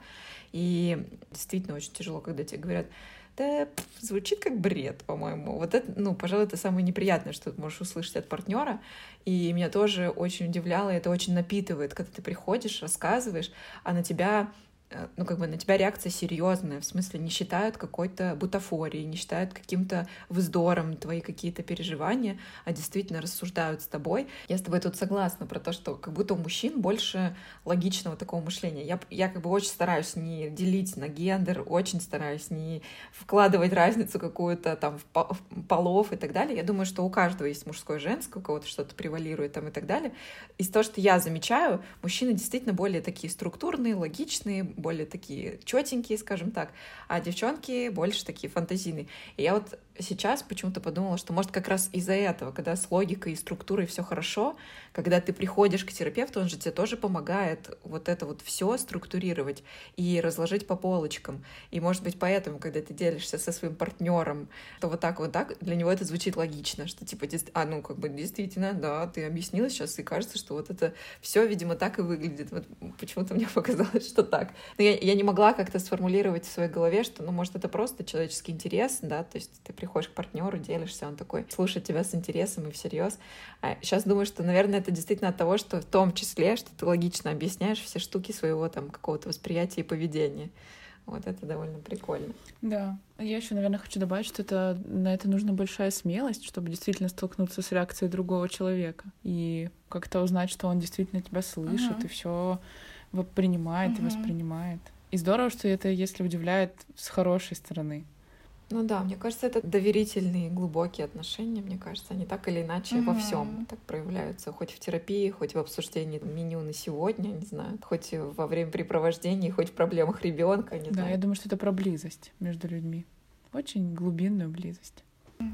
И действительно очень тяжело, когда тебе говорят: да, звучит как бред, по-моему. Вот это, ну, пожалуй, это самое неприятное, что ты можешь услышать от партнера. И меня тоже очень удивляло, и это очень напитывает, когда ты приходишь, рассказываешь, а на тебя ну, как бы на тебя реакция серьезная, в смысле не считают какой-то бутафорией, не считают каким-то вздором твои какие-то переживания, а действительно рассуждают с тобой. Я с тобой тут согласна про то, что как будто у мужчин больше логичного такого мышления. Я как бы очень стараюсь не делить на гендер, очень стараюсь не вкладывать разницу какую-то там в полов и так далее. Я думаю, что у каждого есть мужское и женское, у кого-то что-то превалирует там и так далее. Из того, что я замечаю, мужчины действительно более такие структурные, логичные, более такие четенькие, скажем так, а девчонки больше такие фантазийные. И я вот сейчас почему-то подумала, что может как раз из-за этого, когда с логикой и структурой все хорошо, когда ты приходишь к терапевту, он же тебе тоже помогает вот это вот все структурировать и разложить по полочкам. И может быть поэтому, когда ты делишься со своим партнером, то вот так, для него это звучит логично, что типа, ну как бы действительно, да, ты объяснила сейчас, и кажется, что вот это все, видимо, так и выглядит. Вот почему-то мне показалось, что так. Но я не могла как-то сформулировать в своей голове, что, ну, может, это просто человеческий интерес, да, то есть ты приходишь к партнеру, делишься, он такой слушает тебя с интересом и всерьез. А сейчас думаю, что, наверное, это действительно от того, что в том числе, что ты логично объясняешь все штуки своего там какого-то восприятия и поведения. Вот это довольно прикольно. Да. Я еще, наверное, хочу добавить, что на это нужна большая смелость, чтобы действительно столкнуться с реакцией другого человека и как-то узнать, что он действительно тебя слышит и все принимает и воспринимает. И здорово, что это, если удивляет, с хорошей стороны. Ну да, мне кажется, это доверительные, глубокие отношения, мне кажется, они так или иначе во всем так проявляются, хоть в терапии, хоть в обсуждении меню на сегодня, не знаю, хоть во времяпрепровождении, хоть в проблемах ребенка, не знаю. Да, я думаю, что это про близость между людьми, очень глубинную близость.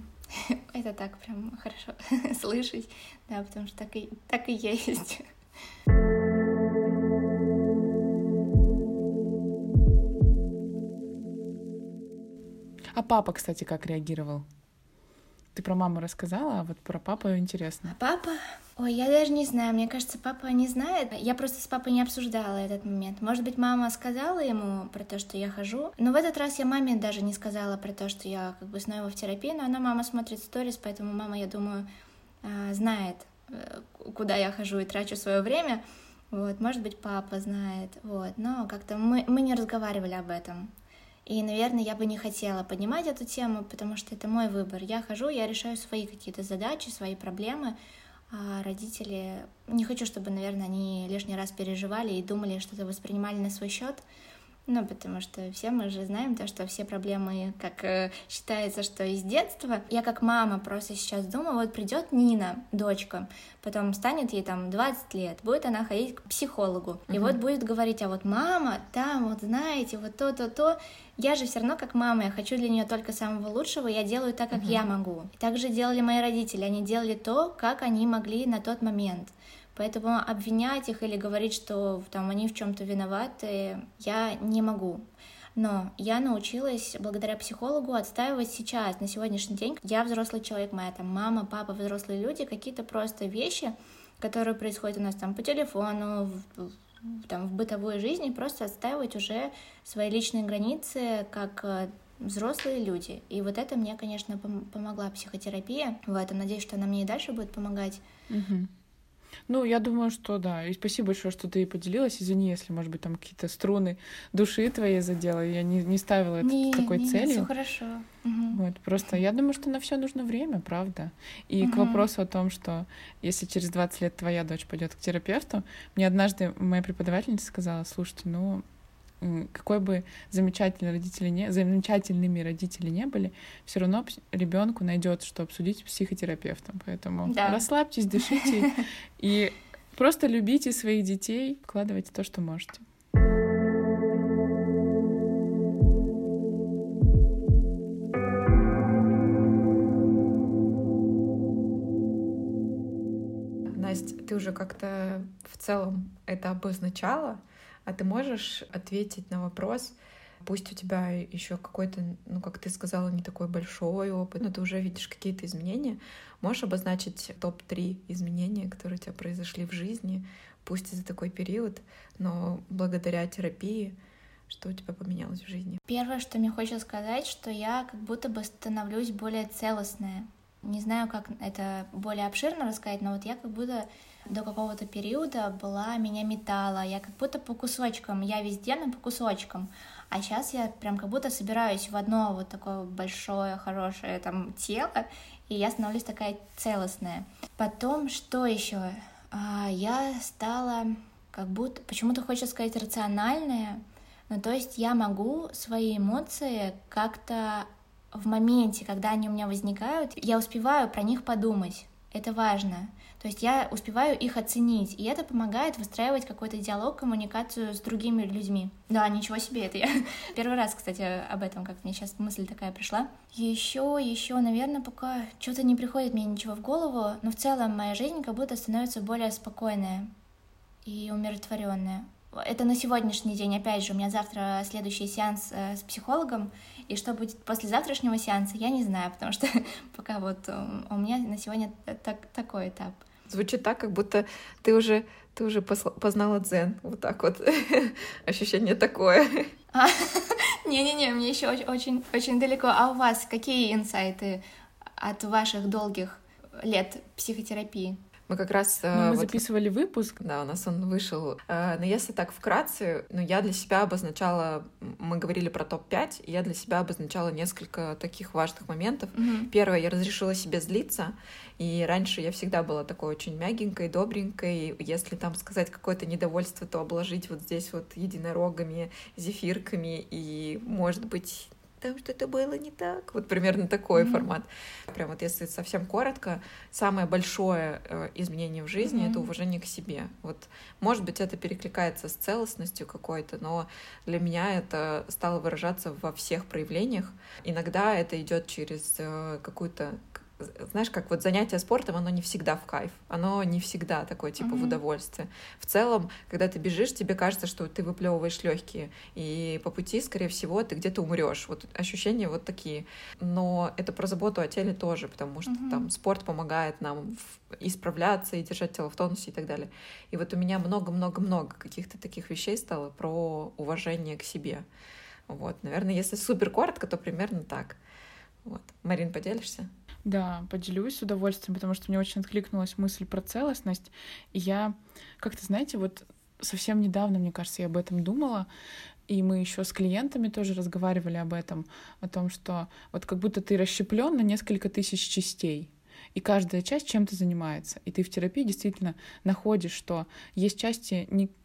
Это так прям хорошо слышать, да, потому что так и есть. А папа, кстати, как реагировал? Ты про маму рассказала, а вот про папу интересно. Папа? Ой, я даже не знаю, мне кажется, папа не знает. Я просто с папой не обсуждала этот момент. Может быть, мама сказала ему про то, что я хожу, но в этот раз я маме даже не сказала про то, что я как бы снова в терапии, но мама смотрит сторис, поэтому мама, я думаю, знает, куда я хожу и трачу свое время. Вот, может быть, папа знает, вот, но как-то мы не разговаривали об этом. И, наверное, я бы не хотела поднимать эту тему, потому что это мой выбор. Я хожу, я решаю свои какие-то задачи, свои проблемы, а родители... Не хочу, чтобы, наверное, они лишний раз переживали и думали, что-то воспринимали на свой счет. Ну, потому что все мы же знаем то, что все проблемы, как считается, что из детства. Я как мама просто сейчас думаю, вот придет Нина, дочка, потом станет ей там 20 лет, будет она ходить к психологу, и вот будет говорить, а вот мама, там, вот знаете, вот то. Я же все равно как мама, я хочу для нее только самого лучшего, я делаю так, как я могу. И так же делали мои родители, они делали то, как они могли на тот момент. Поэтому обвинять их или говорить, что там они в чем-то виноваты, я не могу. Но я научилась благодаря психологу отстаивать сейчас, на сегодняшний день. Я взрослый человек, моя там мама, папа, взрослые люди, какие-то просто вещи, которые происходят у нас там по телефону, там, в бытовой жизни, просто отстаивать уже свои личные границы как взрослые люди. И вот это мне, конечно, помогла психотерапия. В этом надеюсь, что она мне и дальше будет помогать. Ну, я думаю, что да. И спасибо большое, что ты поделилась. Извини, если, может быть, там какие-то струны души твоей задела. Я не ставила это такой целью. Все хорошо. Вот, просто я думаю, что на все нужно время, правда. И к вопросу о том, что если через 20 лет твоя дочь пойдет к терапевту, мне однажды моя преподавательница сказала: слушайте, ну, какой бы замечательными родители не были, все равно ребенку найдет, что обсудить с психотерапевтом. Поэтому расслабьтесь, дышите и просто любите своих детей, вкладывайте то, что можете. Настя, ты уже как-то в целом это обозначала, а ты можешь ответить на вопрос, пусть у тебя еще какой-то, как ты сказала, не такой большой опыт, но ты уже видишь какие-то изменения, можешь обозначить топ-3 изменения, которые у тебя произошли в жизни, пусть и за такой период, но благодаря терапии, что у тебя поменялось в жизни? Первое, что мне хочется сказать, что я как будто бы становлюсь более целостная. Не знаю, как это более обширно рассказать, но вот я как будто до какого-то периода меня метала, я как будто по кусочкам, я везде, но по кусочкам. А сейчас я прям как будто собираюсь в одно вот такое большое, хорошее там тело, и я становлюсь такая целостная. Потом, что еще? Я стала как будто, почему-то хочется сказать, рациональная, то есть я могу свои эмоции как-то в моменте, когда они у меня возникают, я успеваю про них подумать. Это важно. То есть я успеваю их оценить, и это помогает выстраивать какой-то диалог, коммуникацию с другими людьми. Да, ничего себе, это я первый раз, кстати, об этом, как мне сейчас мысль такая пришла. Еще, наверное, пока что-то не приходит мне ничего в голову, но в целом моя жизнь как будто становится более спокойная и умиротворенная. Это на сегодняшний день, опять же, у меня завтра следующий сеанс с психологом, и что будет после завтрашнего сеанса, я не знаю, потому что пока вот у меня на сегодня такой этап. Звучит так, как будто ты уже познала дзен, вот так вот, ощущение такое. Не-не-не, мне еще очень, очень далеко. А у вас какие инсайты от ваших долгих лет психотерапии? Мы как раз... мы записывали выпуск. Да, у нас он вышел. Но если так вкратце, я для себя обозначала... Мы говорили про топ-5, и я для себя обозначала несколько таких важных моментов. Первое, я разрешила себе злиться, и раньше я всегда была такой очень мягенькой, добренькой. Если там сказать какое-то недовольство, то обложить вот здесь вот единорогами, зефирками, и, может быть... там что-то было не так. Вот примерно такой формат. Прям вот если совсем коротко, самое большое изменение в жизни — это уважение к себе. Вот, может быть, это перекликается с целостностью какой-то, но для меня это стало выражаться во всех проявлениях. Иногда это идет через какую-то... Знаешь, как вот занятие спортом, оно не всегда в кайф, оно не всегда такое, типа, в удовольствие. В целом, когда ты бежишь, тебе кажется, что ты выплевываешь легкие, и по пути, скорее всего, ты где-то умрешь. Вот ощущения вот такие. Но это про заботу о теле тоже, потому что там спорт помогает нам исправляться и держать тело в тонусе и так далее. И вот у меня много-много-много каких-то таких вещей стало про уважение к себе. Вот, наверное, если супер коротко, то примерно так. Вот. Марин, поделишься? Да, поделюсь с удовольствием, потому что мне очень откликнулась мысль про целостность. И я как-то, знаете, вот совсем недавно, мне кажется, я об этом думала, и мы еще с клиентами тоже разговаривали об этом, о том, что вот как будто ты расщеплен на несколько тысяч частей, и каждая часть чем-то занимается. И ты в терапии действительно находишь, что есть части,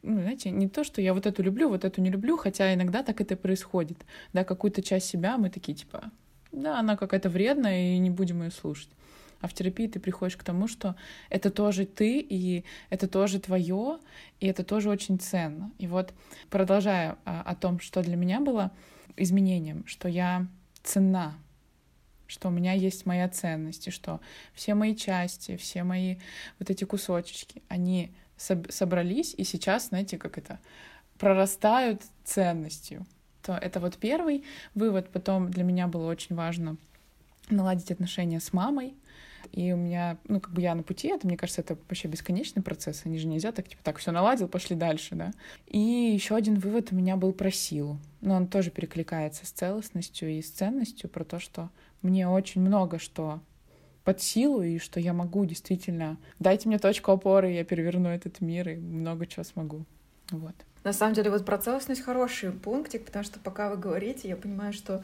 не то, что я вот эту люблю, вот эту не люблю, хотя иногда так это происходит. Да, какую-то часть себя мы такие, типа... Да, она какая-то вредная, и не будем ее слушать. А в терапии ты приходишь к тому, что это тоже ты, и это тоже твое, и это тоже очень ценно. И вот, продолжая о том, что для меня было изменением, что я ценна, что у меня есть моя ценность, и что все мои части, все мои вот эти кусочки, они собрались, и сейчас, знаете, как это, прорастают ценностью. То это вот первый вывод. Потом для меня было очень важно наладить отношения с мамой. И у меня, я на пути, это, мне кажется, это вообще бесконечный процесс. Они же нельзя так, все наладил, пошли дальше, да. И еще один вывод у меня был про силу. Но он тоже перекликается с целостностью и с ценностью, про то, что мне очень много что под силу, и что я могу действительно... Дайте мне точку опоры, я переверну этот мир, и много чего смогу. Вот. На самом деле, вот про целостность хороший пунктик, потому что пока вы говорите, я понимаю, что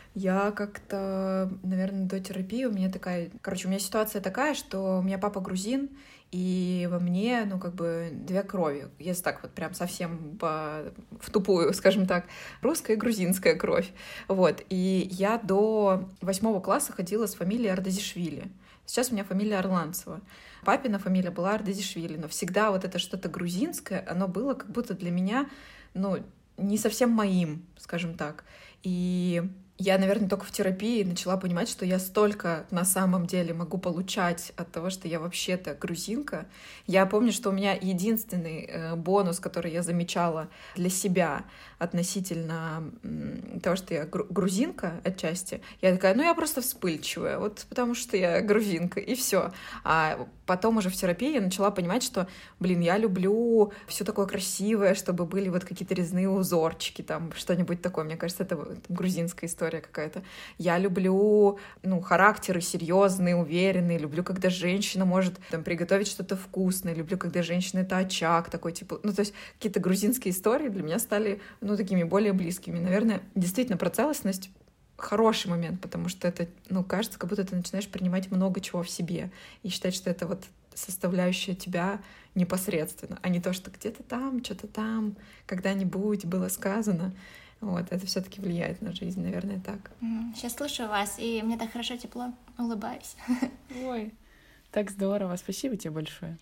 я как-то, наверное, до терапии у меня ситуация такая, что у меня папа грузин, и во мне, ну, как бы две крови. Если так вот прям совсем в тупую, скажем так, русская и грузинская кровь. Вот. И я до 8 класса ходила с фамилией Ардазишвили. Сейчас у меня фамилия Орланцева. Папина фамилия была Ардазишвили, но всегда вот это что-то грузинское, оно было как будто для меня, ну, не совсем моим, скажем так. И я, наверное, только в терапии начала понимать, что я столько на самом деле могу получать от того, что я вообще-то грузинка. Я помню, что у меня единственный бонус, который я замечала для себя относительно того, что я грузинка отчасти, я такая, ну я просто вспыльчивая, вот потому что я грузинка, и все. А потом уже в терапии я начала понимать, что, я люблю все такое красивое, чтобы были вот какие-то резные узорчики, там что-нибудь такое. Мне кажется, это грузинская история какая-то. Я люблю, характеры серьезные, уверенные, люблю, когда женщина может там приготовить что-то вкусное, люблю, когда женщина — это очаг такой, типа, то есть какие-то грузинские истории для меня стали, такими более близкими. Наверное, действительно, про целостность хороший момент, потому что это, кажется, как будто ты начинаешь принимать много чего в себе и считать, что это вот составляющая тебя непосредственно, а не то, что где-то там, что-то там, когда-нибудь было сказано. Вот, это все-таки влияет на жизнь, наверное, так. Сейчас слушаю вас, и мне так хорошо, тепло, улыбаюсь. Ой, так здорово, спасибо тебе большое.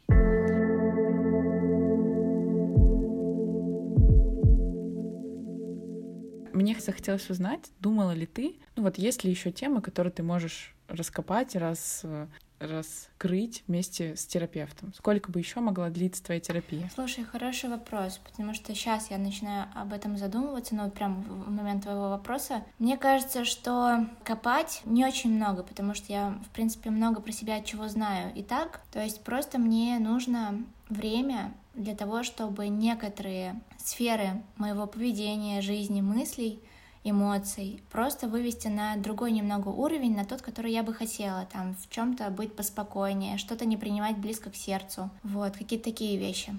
Мне захотелось узнать, думала ли ты, есть ли еще темы, которые ты можешь раскопать, раскрыть вместе с терапевтом? Сколько бы еще могла длиться твоя терапия? Слушай, хороший вопрос, потому что сейчас я начинаю об этом задумываться, прям в момент твоего вопроса. Мне кажется, что копать не очень много, потому что я, в принципе, много про себя чего знаю и так. То есть просто мне нужно время для того, чтобы некоторые сферы моего поведения, жизни, мыслей, эмоций просто вывести на другой немного уровень, на тот, который я бы хотела, там, в чем-то быть поспокойнее, что-то не принимать близко к сердцу, вот, какие-то такие вещи.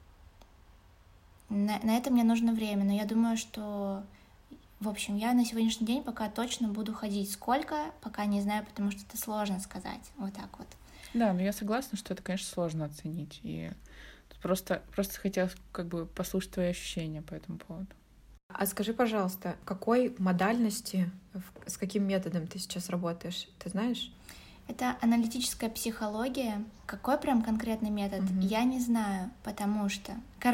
На это мне нужно время, но я думаю, что, в общем, я на сегодняшний день пока точно буду ходить. Сколько, пока не знаю, потому что это сложно сказать, вот так вот. Да, но я согласна, что это, конечно, сложно оценить, и просто хотелось послушать твои ощущения по этому поводу. А скажи, пожалуйста, какой модальности, с каким методом ты сейчас работаешь, ты знаешь? Это аналитическая психология. Какой прям конкретный метод, я не знаю, потому что,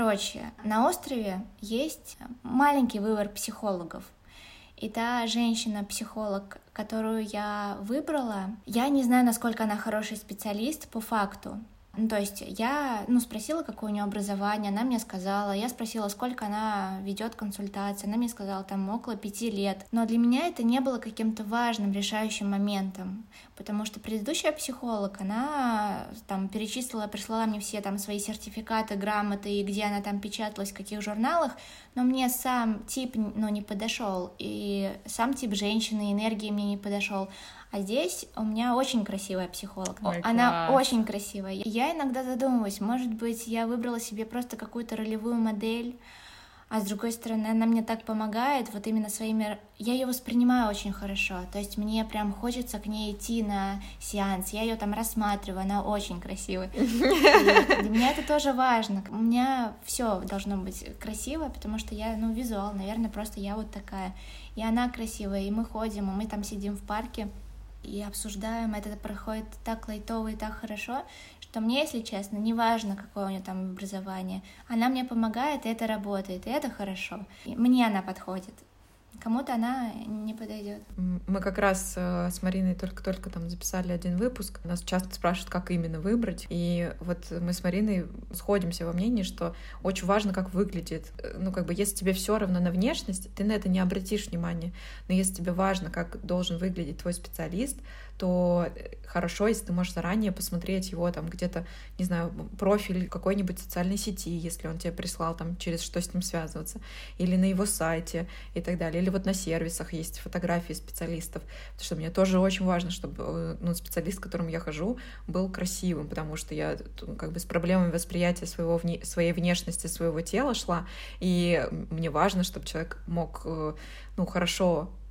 на острове есть маленький выбор психологов. И та женщина-психолог, которую я выбрала, я не знаю, насколько она хороший специалист по факту. То есть я спросила, какое у нее образование, она мне сказала, я спросила, сколько она ведет консультации, она мне сказала, там около 5 лет. Но для меня это не было каким-то важным, решающим моментом, потому что предыдущая психолог, она там прислала мне все там свои сертификаты, грамоты, и где она там печаталась, в каких журналах, но мне сам тип, не подошел, и сам тип женщины, энергии мне не подошел. А здесь у меня очень красивая психолог. Она очень красивая. Я иногда задумываюсь, может быть, я выбрала себе просто какую-то ролевую модель, а с другой стороны, она мне так помогает, вот именно своими... Я ее воспринимаю очень хорошо, то есть мне прям хочется к ней идти на сеанс, я ее там рассматриваю, она очень красивая. И для меня это тоже важно. У меня все должно быть красиво, потому что я, визуал, наверное, просто я вот такая. И она красивая, и мы ходим, и мы там сидим в парке, и обсуждаем, это проходит так лайтово и так хорошо, что мне, если честно, не важно, какое у нее там образование, она мне помогает, и это работает, и это хорошо. И мне она подходит. Кому-то она не подойдет. Мы как раз с Мариной только там записали один выпуск. Нас часто спрашивают, как именно выбрать. И вот мы с Мариной сходимся во мнении, что очень важно, как выглядит. Если тебе все равно на внешность, ты на это не обратишь внимания. Но если тебе важно, как должен выглядеть твой специалист, то хорошо, если ты можешь заранее посмотреть его там где-то, не знаю, профиль какой-нибудь социальной сети, если он тебе прислал там, через что с ним связываться, или на его сайте и так далее. Или вот на сервисах есть фотографии специалистов, потому что мне тоже очень важно, чтобы специалист, к которому я хожу, был красивым, потому что я с проблемами восприятия своей внешности, своего тела шла, и мне важно, чтобы человек мог хорошо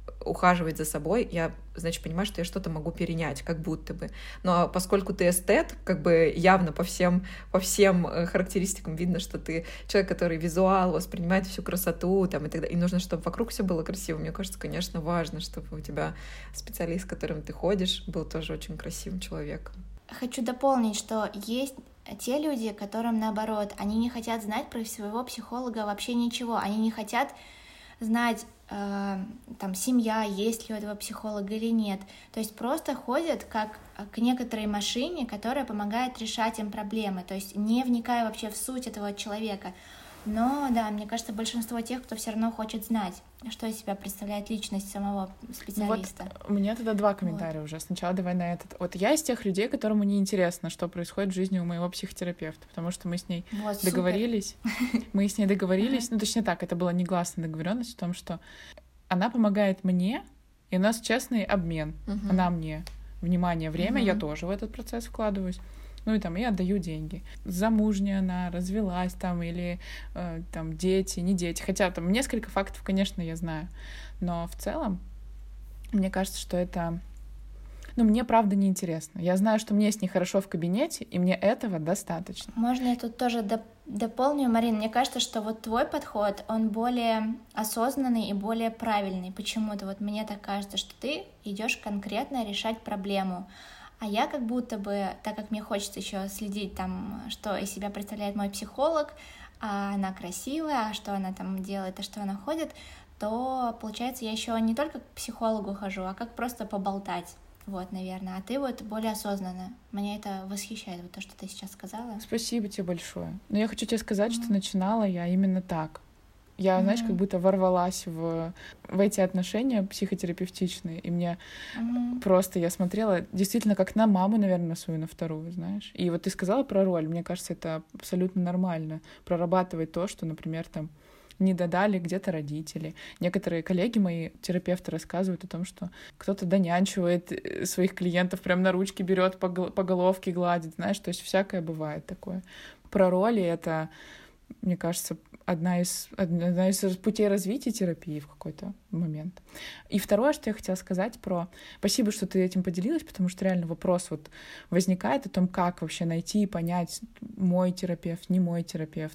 ухаживать за собой, я, значит, понимаю, что я что-то могу перенять, как будто бы. Но поскольку ты эстет, как бы явно по всем характеристикам видно, что ты человек, который визуал, воспринимает всю красоту, там, и так далее. И нужно, чтобы вокруг все было красиво. Мне кажется, конечно, важно, чтобы у тебя специалист, с которым ты ходишь, был тоже очень красивым человеком. Хочу дополнить, что есть те люди, которым наоборот, они не хотят знать про своего психолога вообще ничего, они не хотят знать, там, семья, есть ли у этого психолога или нет. То есть просто ходят как к некоторой машине, которая помогает решать им проблемы, то есть не вникая вообще в суть этого человека. Но да, мне кажется, большинство тех, кто все равно хочет знать, что из себя представляет личность самого специалиста. Вот у меня тогда два комментария уже. Сначала давай на этот. Вот я из тех людей, которому не интересно, что происходит в жизни у моего психотерапевта, потому что мы с ней договорились. Мы с ней договорились, ну точнее так, это была негласная договоренность в том, что она помогает мне, и у нас честный обмен. Она мне внимание, время, я тоже в этот процесс вкладываюсь. Ну и там я отдаю деньги. Замужняя она, развелась там, или там дети, не дети. Хотя там несколько фактов, конечно, я знаю. Но в целом, мне кажется, что это... Ну, мне правда неинтересно. Я знаю, что мне с ней хорошо в кабинете, и мне этого достаточно. Можно я тут тоже дополню, Марин? Мне кажется, что вот твой подход, он более осознанный и более правильный. Почему-то вот мне так кажется, что ты идешь конкретно решать проблему. А я как будто бы, так как мне хочется еще следить там, что из себя представляет мой психолог, а она красивая, а что она там делает, а что она ходит, то, получается, я еще не только к психологу хожу, а как просто поболтать. Вот, наверное. А ты вот более осознанно. Меня это восхищает, вот то, что ты сейчас сказала. Спасибо тебе большое. Но я хочу тебе сказать, что начинала я именно так. Я, знаешь, как будто ворвалась в эти отношения психотерапевтичные, и мне просто, я смотрела действительно как на маму, наверное, свою, на вторую, знаешь. И вот ты сказала про роль, мне кажется, это абсолютно нормально, прорабатывать то, что, например, там, не додали где-то родители. Некоторые коллеги мои, терапевты, рассказывают о том, что кто-то донянчивает своих клиентов, прям на ручки берет, по головке гладит, знаешь, то есть всякое бывает такое. Про роли это, мне кажется, одна из путей развития терапии в какой-то момент. И второе, что я хотела сказать про... Спасибо, что ты этим поделилась, потому что реально вопрос вот возникает о том, как вообще найти и понять, мой терапевт, не мой терапевт.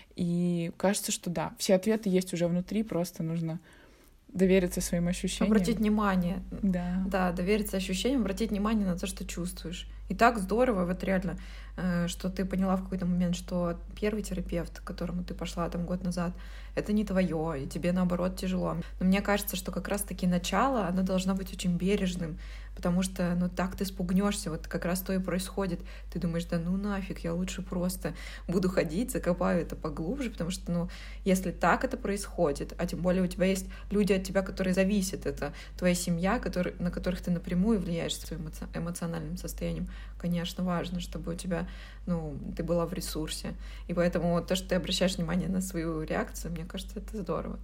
И кажется, что да, все ответы есть уже внутри, просто нужно довериться своим ощущениям. Обратить внимание. Да. Да, довериться ощущениям, обратить внимание на то, что чувствуешь. И так здорово, вот реально, что ты поняла в какой-то момент, что первый терапевт, к которому ты пошла там год назад, это не твое, и тебе, наоборот, тяжело. Но мне кажется, что как раз-таки начало, оно должно быть очень бережным, потому что, ну, так ты спугнешься, вот как раз то и происходит. Ты думаешь, да ну нафиг, я лучше просто буду ходить, закопаю это поглубже, потому что, ну, если так это происходит, а тем более у тебя есть люди от тебя, которые зависят, это твоя семья, на которых ты напрямую влияешь своим эмоциональным состоянием, конечно, важно, чтобы у тебя, ну, ты была в ресурсе. И поэтому вот то, что ты обращаешь внимание на свою реакцию, мне кажется, это здорово.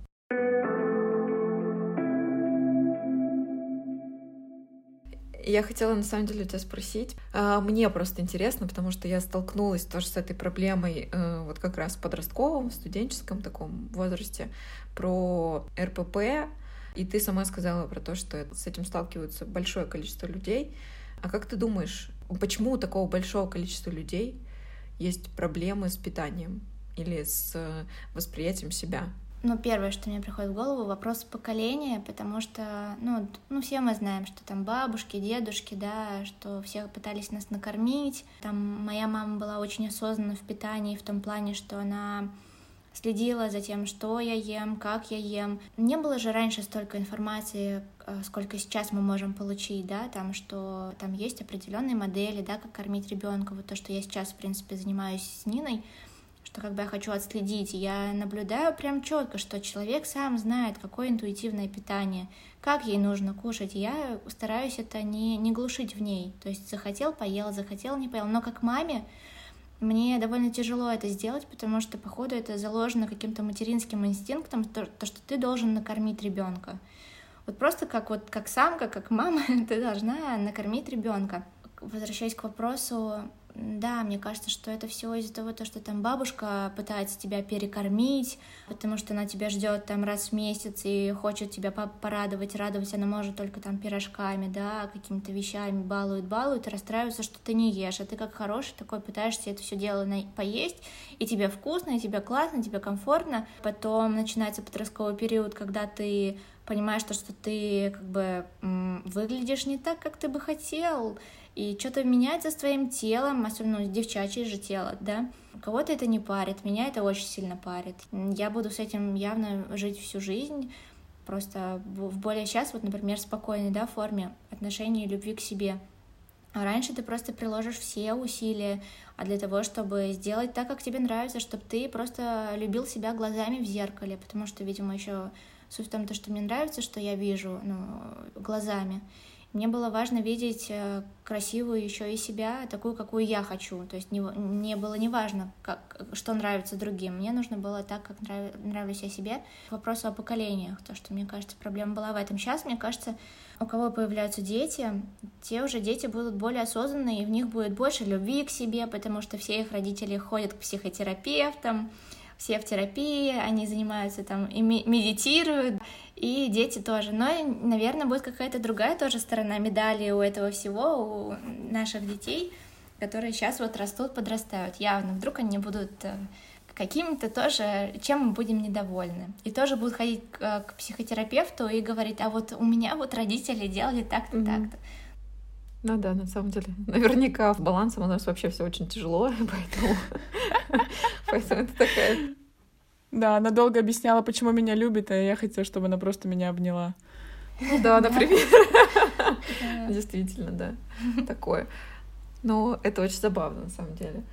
Я хотела, на самом деле, у тебя спросить. Мне просто интересно, потому что я столкнулась тоже с этой проблемой вот как раз в подростковом, студенческом таком возрасте, про РПП. И ты сама сказала про то, что с этим сталкиваются большое количество людей. А как ты думаешь, почему у такого большого количества людей есть проблемы с питанием или с восприятием себя? Ну, первое, что мне приходит в голову, вопрос поколения, потому что, ну, все мы знаем, что там бабушки, дедушки, да, что все пытались нас накормить. Там моя мама была очень осознанна в питании, в том плане, что она следила за тем, что я ем, как я ем. Не было же раньше столько информации, сколько сейчас мы можем получить, да, там, что там есть определенные модели, да, как кормить ребенка. Вот то, что я сейчас, в принципе, занимаюсь с Ниной, что как бы я хочу отследить, я наблюдаю прям четко, что человек сам знает, какое интуитивное питание, как ей нужно кушать, я стараюсь это не глушить в ней, то есть захотел — поел, захотел — не поел, но как маме мне довольно тяжело это сделать, потому что, походу, это заложено каким-то материнским инстинктом, то, что ты должен накормить ребенка. Вот просто как самка, как мама, ты должна накормить ребенка. Возвращаясь к вопросу Да, мне кажется, что это все из-за того, что там бабушка пытается тебя перекормить, потому что она тебя ждет там раз в месяц и хочет тебя порадовать, радовать она может только там пирожками, да, какими-то вещами, балует, и расстраивается, что ты не ешь, а ты как хороший такой пытаешься это все дело поесть, и тебе вкусно, и тебе классно, и тебе комфортно. Потом начинается подростковый период, когда ты понимаешь, что ты как бы выглядишь не так, как ты бы хотел, и что-то меняется с твоим телом, особенно девчачье же тело, да. Кого-то это не парит, меня это очень сильно парит. Я буду с этим явно жить всю жизнь, просто в более сейчас, вот, например, спокойной, да, форме отношений и любви к себе. А раньше ты просто приложишь все усилия для того, чтобы сделать так, как тебе нравится, чтобы ты просто любил себя глазами в зеркале, потому что, видимо, еще суть в том, что мне нравится, что я вижу, глазами. Мне было важно видеть красивую еще и себя, такую, какую я хочу. То есть мне было не важно, что нравится другим. Мне нужно было так, как нравлюсь я себе. К вопросу о поколениях. То, что, мне кажется, проблема была в этом. Сейчас, мне кажется, у кого появляются дети, те уже дети будут более осознанные, и в них будет больше любви к себе, потому что все их родители ходят к психотерапевтам, все в терапии, они занимаются там и медитируют, и дети тоже. Но, наверное, будет какая-то другая тоже сторона медали у этого всего, у наших детей, которые сейчас вот растут, подрастают. Явно, вдруг они будут какими-то тоже, чем мы будем недовольны. И тоже будут ходить к психотерапевту и говорить, а вот у меня вот родители делали так-то, так-то. Ну да, на самом деле, наверняка с балансом у нас вообще все очень тяжело, поэтому это такая... Да, она долго объясняла, почему меня любит, а я хотела, чтобы она просто меня обняла. Ну да, например. Действительно, да, такое. Но это очень забавно, на самом деле.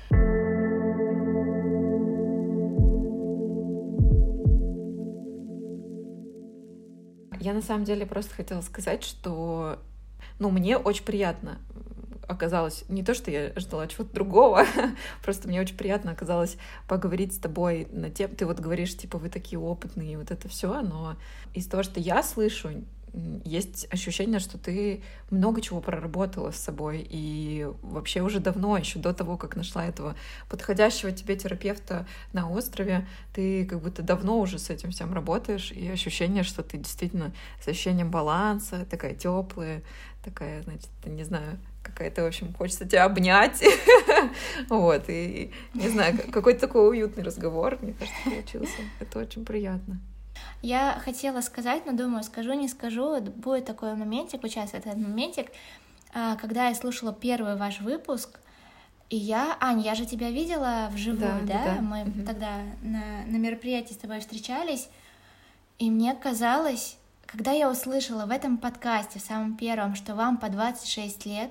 Я на самом деле просто хотела сказать, что мне очень приятно оказалось, не то, что я ждала чего-то другого, просто мне очень приятно оказалось поговорить с тобой на тему. Ты вот говоришь, типа, вы такие опытные, и вот это все, но из того, что я слышу, есть ощущение, что ты много чего проработала с собой, и вообще уже давно, еще до того, как нашла этого подходящего тебе терапевта на острове, ты как будто давно уже с этим всем работаешь, и ощущение, что ты действительно с ощущением баланса, такая теплая, такая, значит, не знаю, какая-то, в общем, хочется тебя обнять, вот, и, не знаю, какой-то такой уютный разговор, мне кажется, получился, это очень приятно. Я хотела сказать, но думаю, скажу, не скажу. Будет такой моментик, вот сейчас этот моментик, когда я слушала первый ваш выпуск, и Ань, я же тебя видела вживую, да? Мы тогда на мероприятии с тобой встречались, и мне казалось, когда я услышала в этом подкасте, в самом первом, что вам по 26 лет,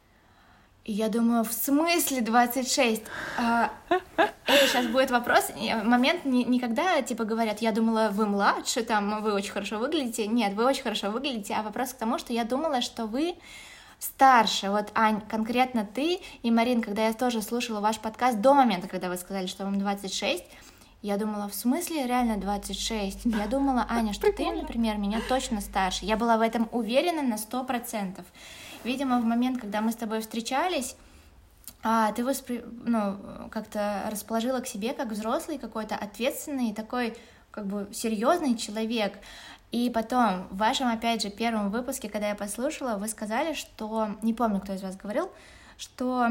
и я думаю, в смысле 26? Это сейчас будет вопрос, момент никогда, типа, говорят, я думала, вы младше, там, вы очень хорошо выглядите. Нет, вы очень хорошо выглядите, а вопрос к тому, что я думала, что вы старше. Вот, Ань, конкретно ты и Марин, когда я тоже слушала ваш подкаст до момента, когда вы сказали, что вам 26, я думала, в смысле реально 26? Я думала, Аня, что ты, например, меня точно старше. Я была в этом уверена на 100%. Видимо, в момент, когда мы с тобой встречались, ты как-то расположила к себе как взрослый, какой-то ответственный, такой как бы серьезный человек. И потом, в вашем, опять же, первом выпуске, когда я послушала, вы сказали, что, не помню, кто из вас говорил, что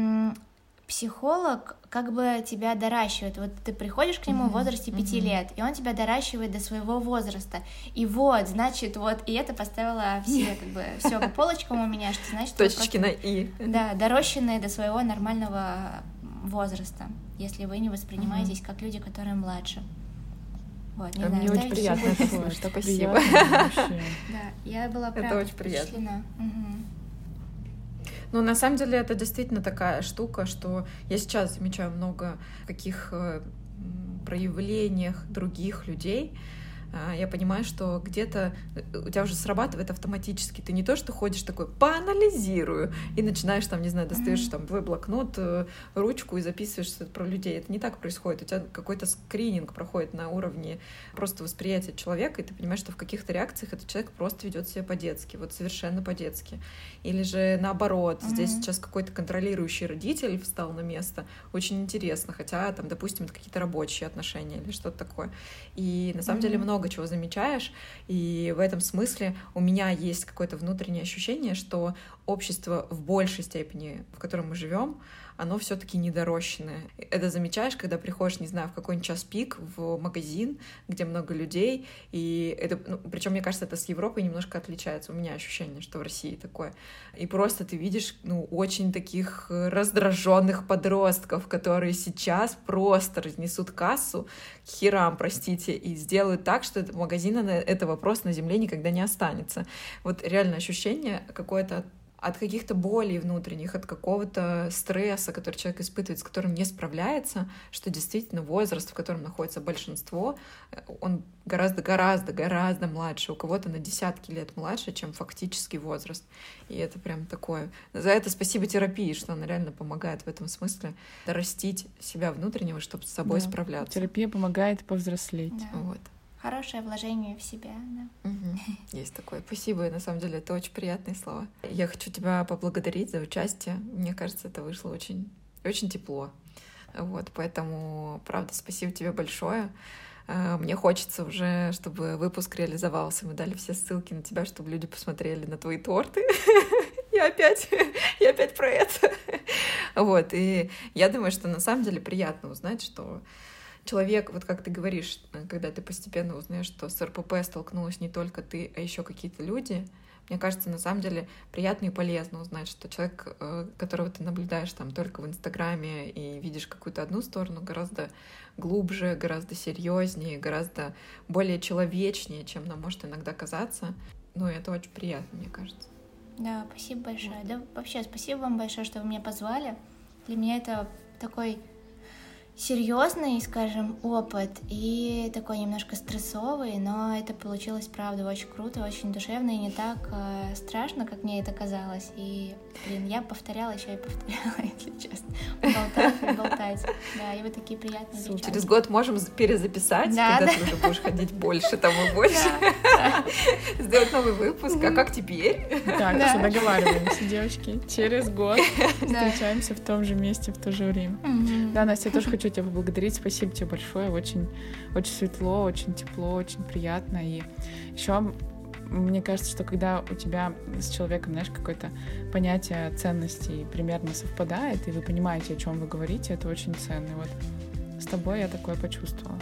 психолог как бы тебя доращивает. Вот ты приходишь к нему в возрасте 5 лет, и он тебя доращивает до своего возраста. И вот, значит, вот, и это поставило все по полочкам у меня, что значит... Точечки на «и». Да, дорощенные до своего нормального возраста, если вы не воспринимаетесь как люди, которые младше. Вот, не мне очень приятно это слышать, спасибо. Да, я была правда впечатлена. Ну, на самом деле, это действительно такая штука, что я сейчас замечаю много каких проявлениях других людей, я понимаю, что где-то у тебя уже срабатывает автоматически. Ты не то, что ходишь такой, поанализирую, и начинаешь там, не знаю, достаешь там твой блокнот, ручку и записываешь что-то про людей. Это не так происходит. У тебя какой-то скрининг проходит на уровне просто восприятия человека, и ты понимаешь, что в каких-то реакциях этот человек просто ведет себя по-детски, вот совершенно по-детски. Или же наоборот, здесь сейчас какой-то контролирующий родитель встал на место. Очень интересно, хотя там, допустим, это какие-то рабочие отношения или что-то такое. И на самом деле много чего замечаешь, и в этом смысле у меня есть какое-то внутреннее ощущение, что общество в большей степени, в котором мы живем, оно все-таки недорощенное. Это замечаешь, когда приходишь, не знаю, в какой-нибудь час пик в магазин, где много людей, и это, причем, мне кажется, это с Европой немножко отличается. У меня ощущение, что в России такое. И просто ты видишь, очень таких раздраженных подростков, которые сейчас просто разнесут кассу к херам, простите, и сделают так, что магазина этого просто на земле никогда не останется. Вот реально ощущение какое-то от каких-то болей внутренних, от какого-то стресса, который человек испытывает, с которым не справляется, что действительно возраст, в котором находится большинство, он гораздо младше, у кого-то на десятки лет младше, чем фактический возраст. И это прям такое. За это спасибо терапии, что она реально помогает в этом смысле растить себя внутреннего, чтобы с собой справляться. Терапия помогает повзрослеть. Да. Вот. Хорошее вложение в себя, да. Есть такое. Спасибо, на самом деле, это очень приятные слова. Я хочу тебя поблагодарить за участие. Мне кажется, это вышло очень, очень тепло. Вот, поэтому, правда, спасибо тебе большое. Мне хочется уже, чтобы выпуск реализовался. Мы дали все ссылки на тебя, чтобы люди посмотрели на твои торты. Я опять про это. Вот, и я думаю, что на самом деле приятно узнать, что человек, вот как ты говоришь, когда ты постепенно узнаешь, что с РПП столкнулась не только ты, а еще какие-то люди, мне кажется, на самом деле приятно и полезно узнать, что человек, которого ты наблюдаешь там только в Инстаграме и видишь какую-то одну сторону, гораздо глубже, гораздо серьезнее, гораздо более человечнее, чем нам может иногда казаться. Ну, и это очень приятно, мне кажется. Да, спасибо большое. Да, вообще, спасибо вам большое, что вы меня позвали. Для меня это такой серьезный, скажем, опыт и такой немножко стрессовый, но это получилось, правда, очень круто, очень душевно и не так страшно, как мне это казалось. И, я повторяла еще и повторяла, если честно. Болтать. Да, и вы такие приятные ребята. Через год можем перезаписать, когда ты уже будешь ходить больше, там и больше. Сделать новый выпуск. А как теперь? Так, все, договариваемся, девочки. Через год встречаемся в том же месте, в то же время. Да, Настя, я тоже хочу тебя поблагодарить. Спасибо тебе большое. Очень, очень светло, очень тепло, очень приятно. И еще мне кажется, что когда у тебя с человеком, знаешь, какое-то понятие ценностей примерно совпадает, и вы понимаете, о чем вы говорите, это очень ценно. И вот с тобой я такое почувствовала.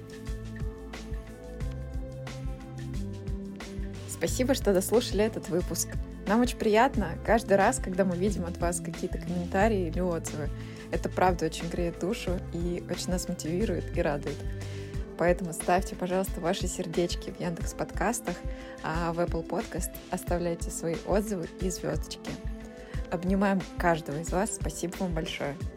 Спасибо, что дослушали этот выпуск. Нам очень приятно каждый раз, когда мы видим от вас какие-то комментарии или отзывы. Это правда очень греет душу и очень нас мотивирует и радует. Поэтому ставьте, пожалуйста, ваши сердечки в Яндекс.Подкастах, а в Apple Podcast оставляйте свои отзывы и звездочки. Обнимаем каждого из вас. Спасибо вам большое.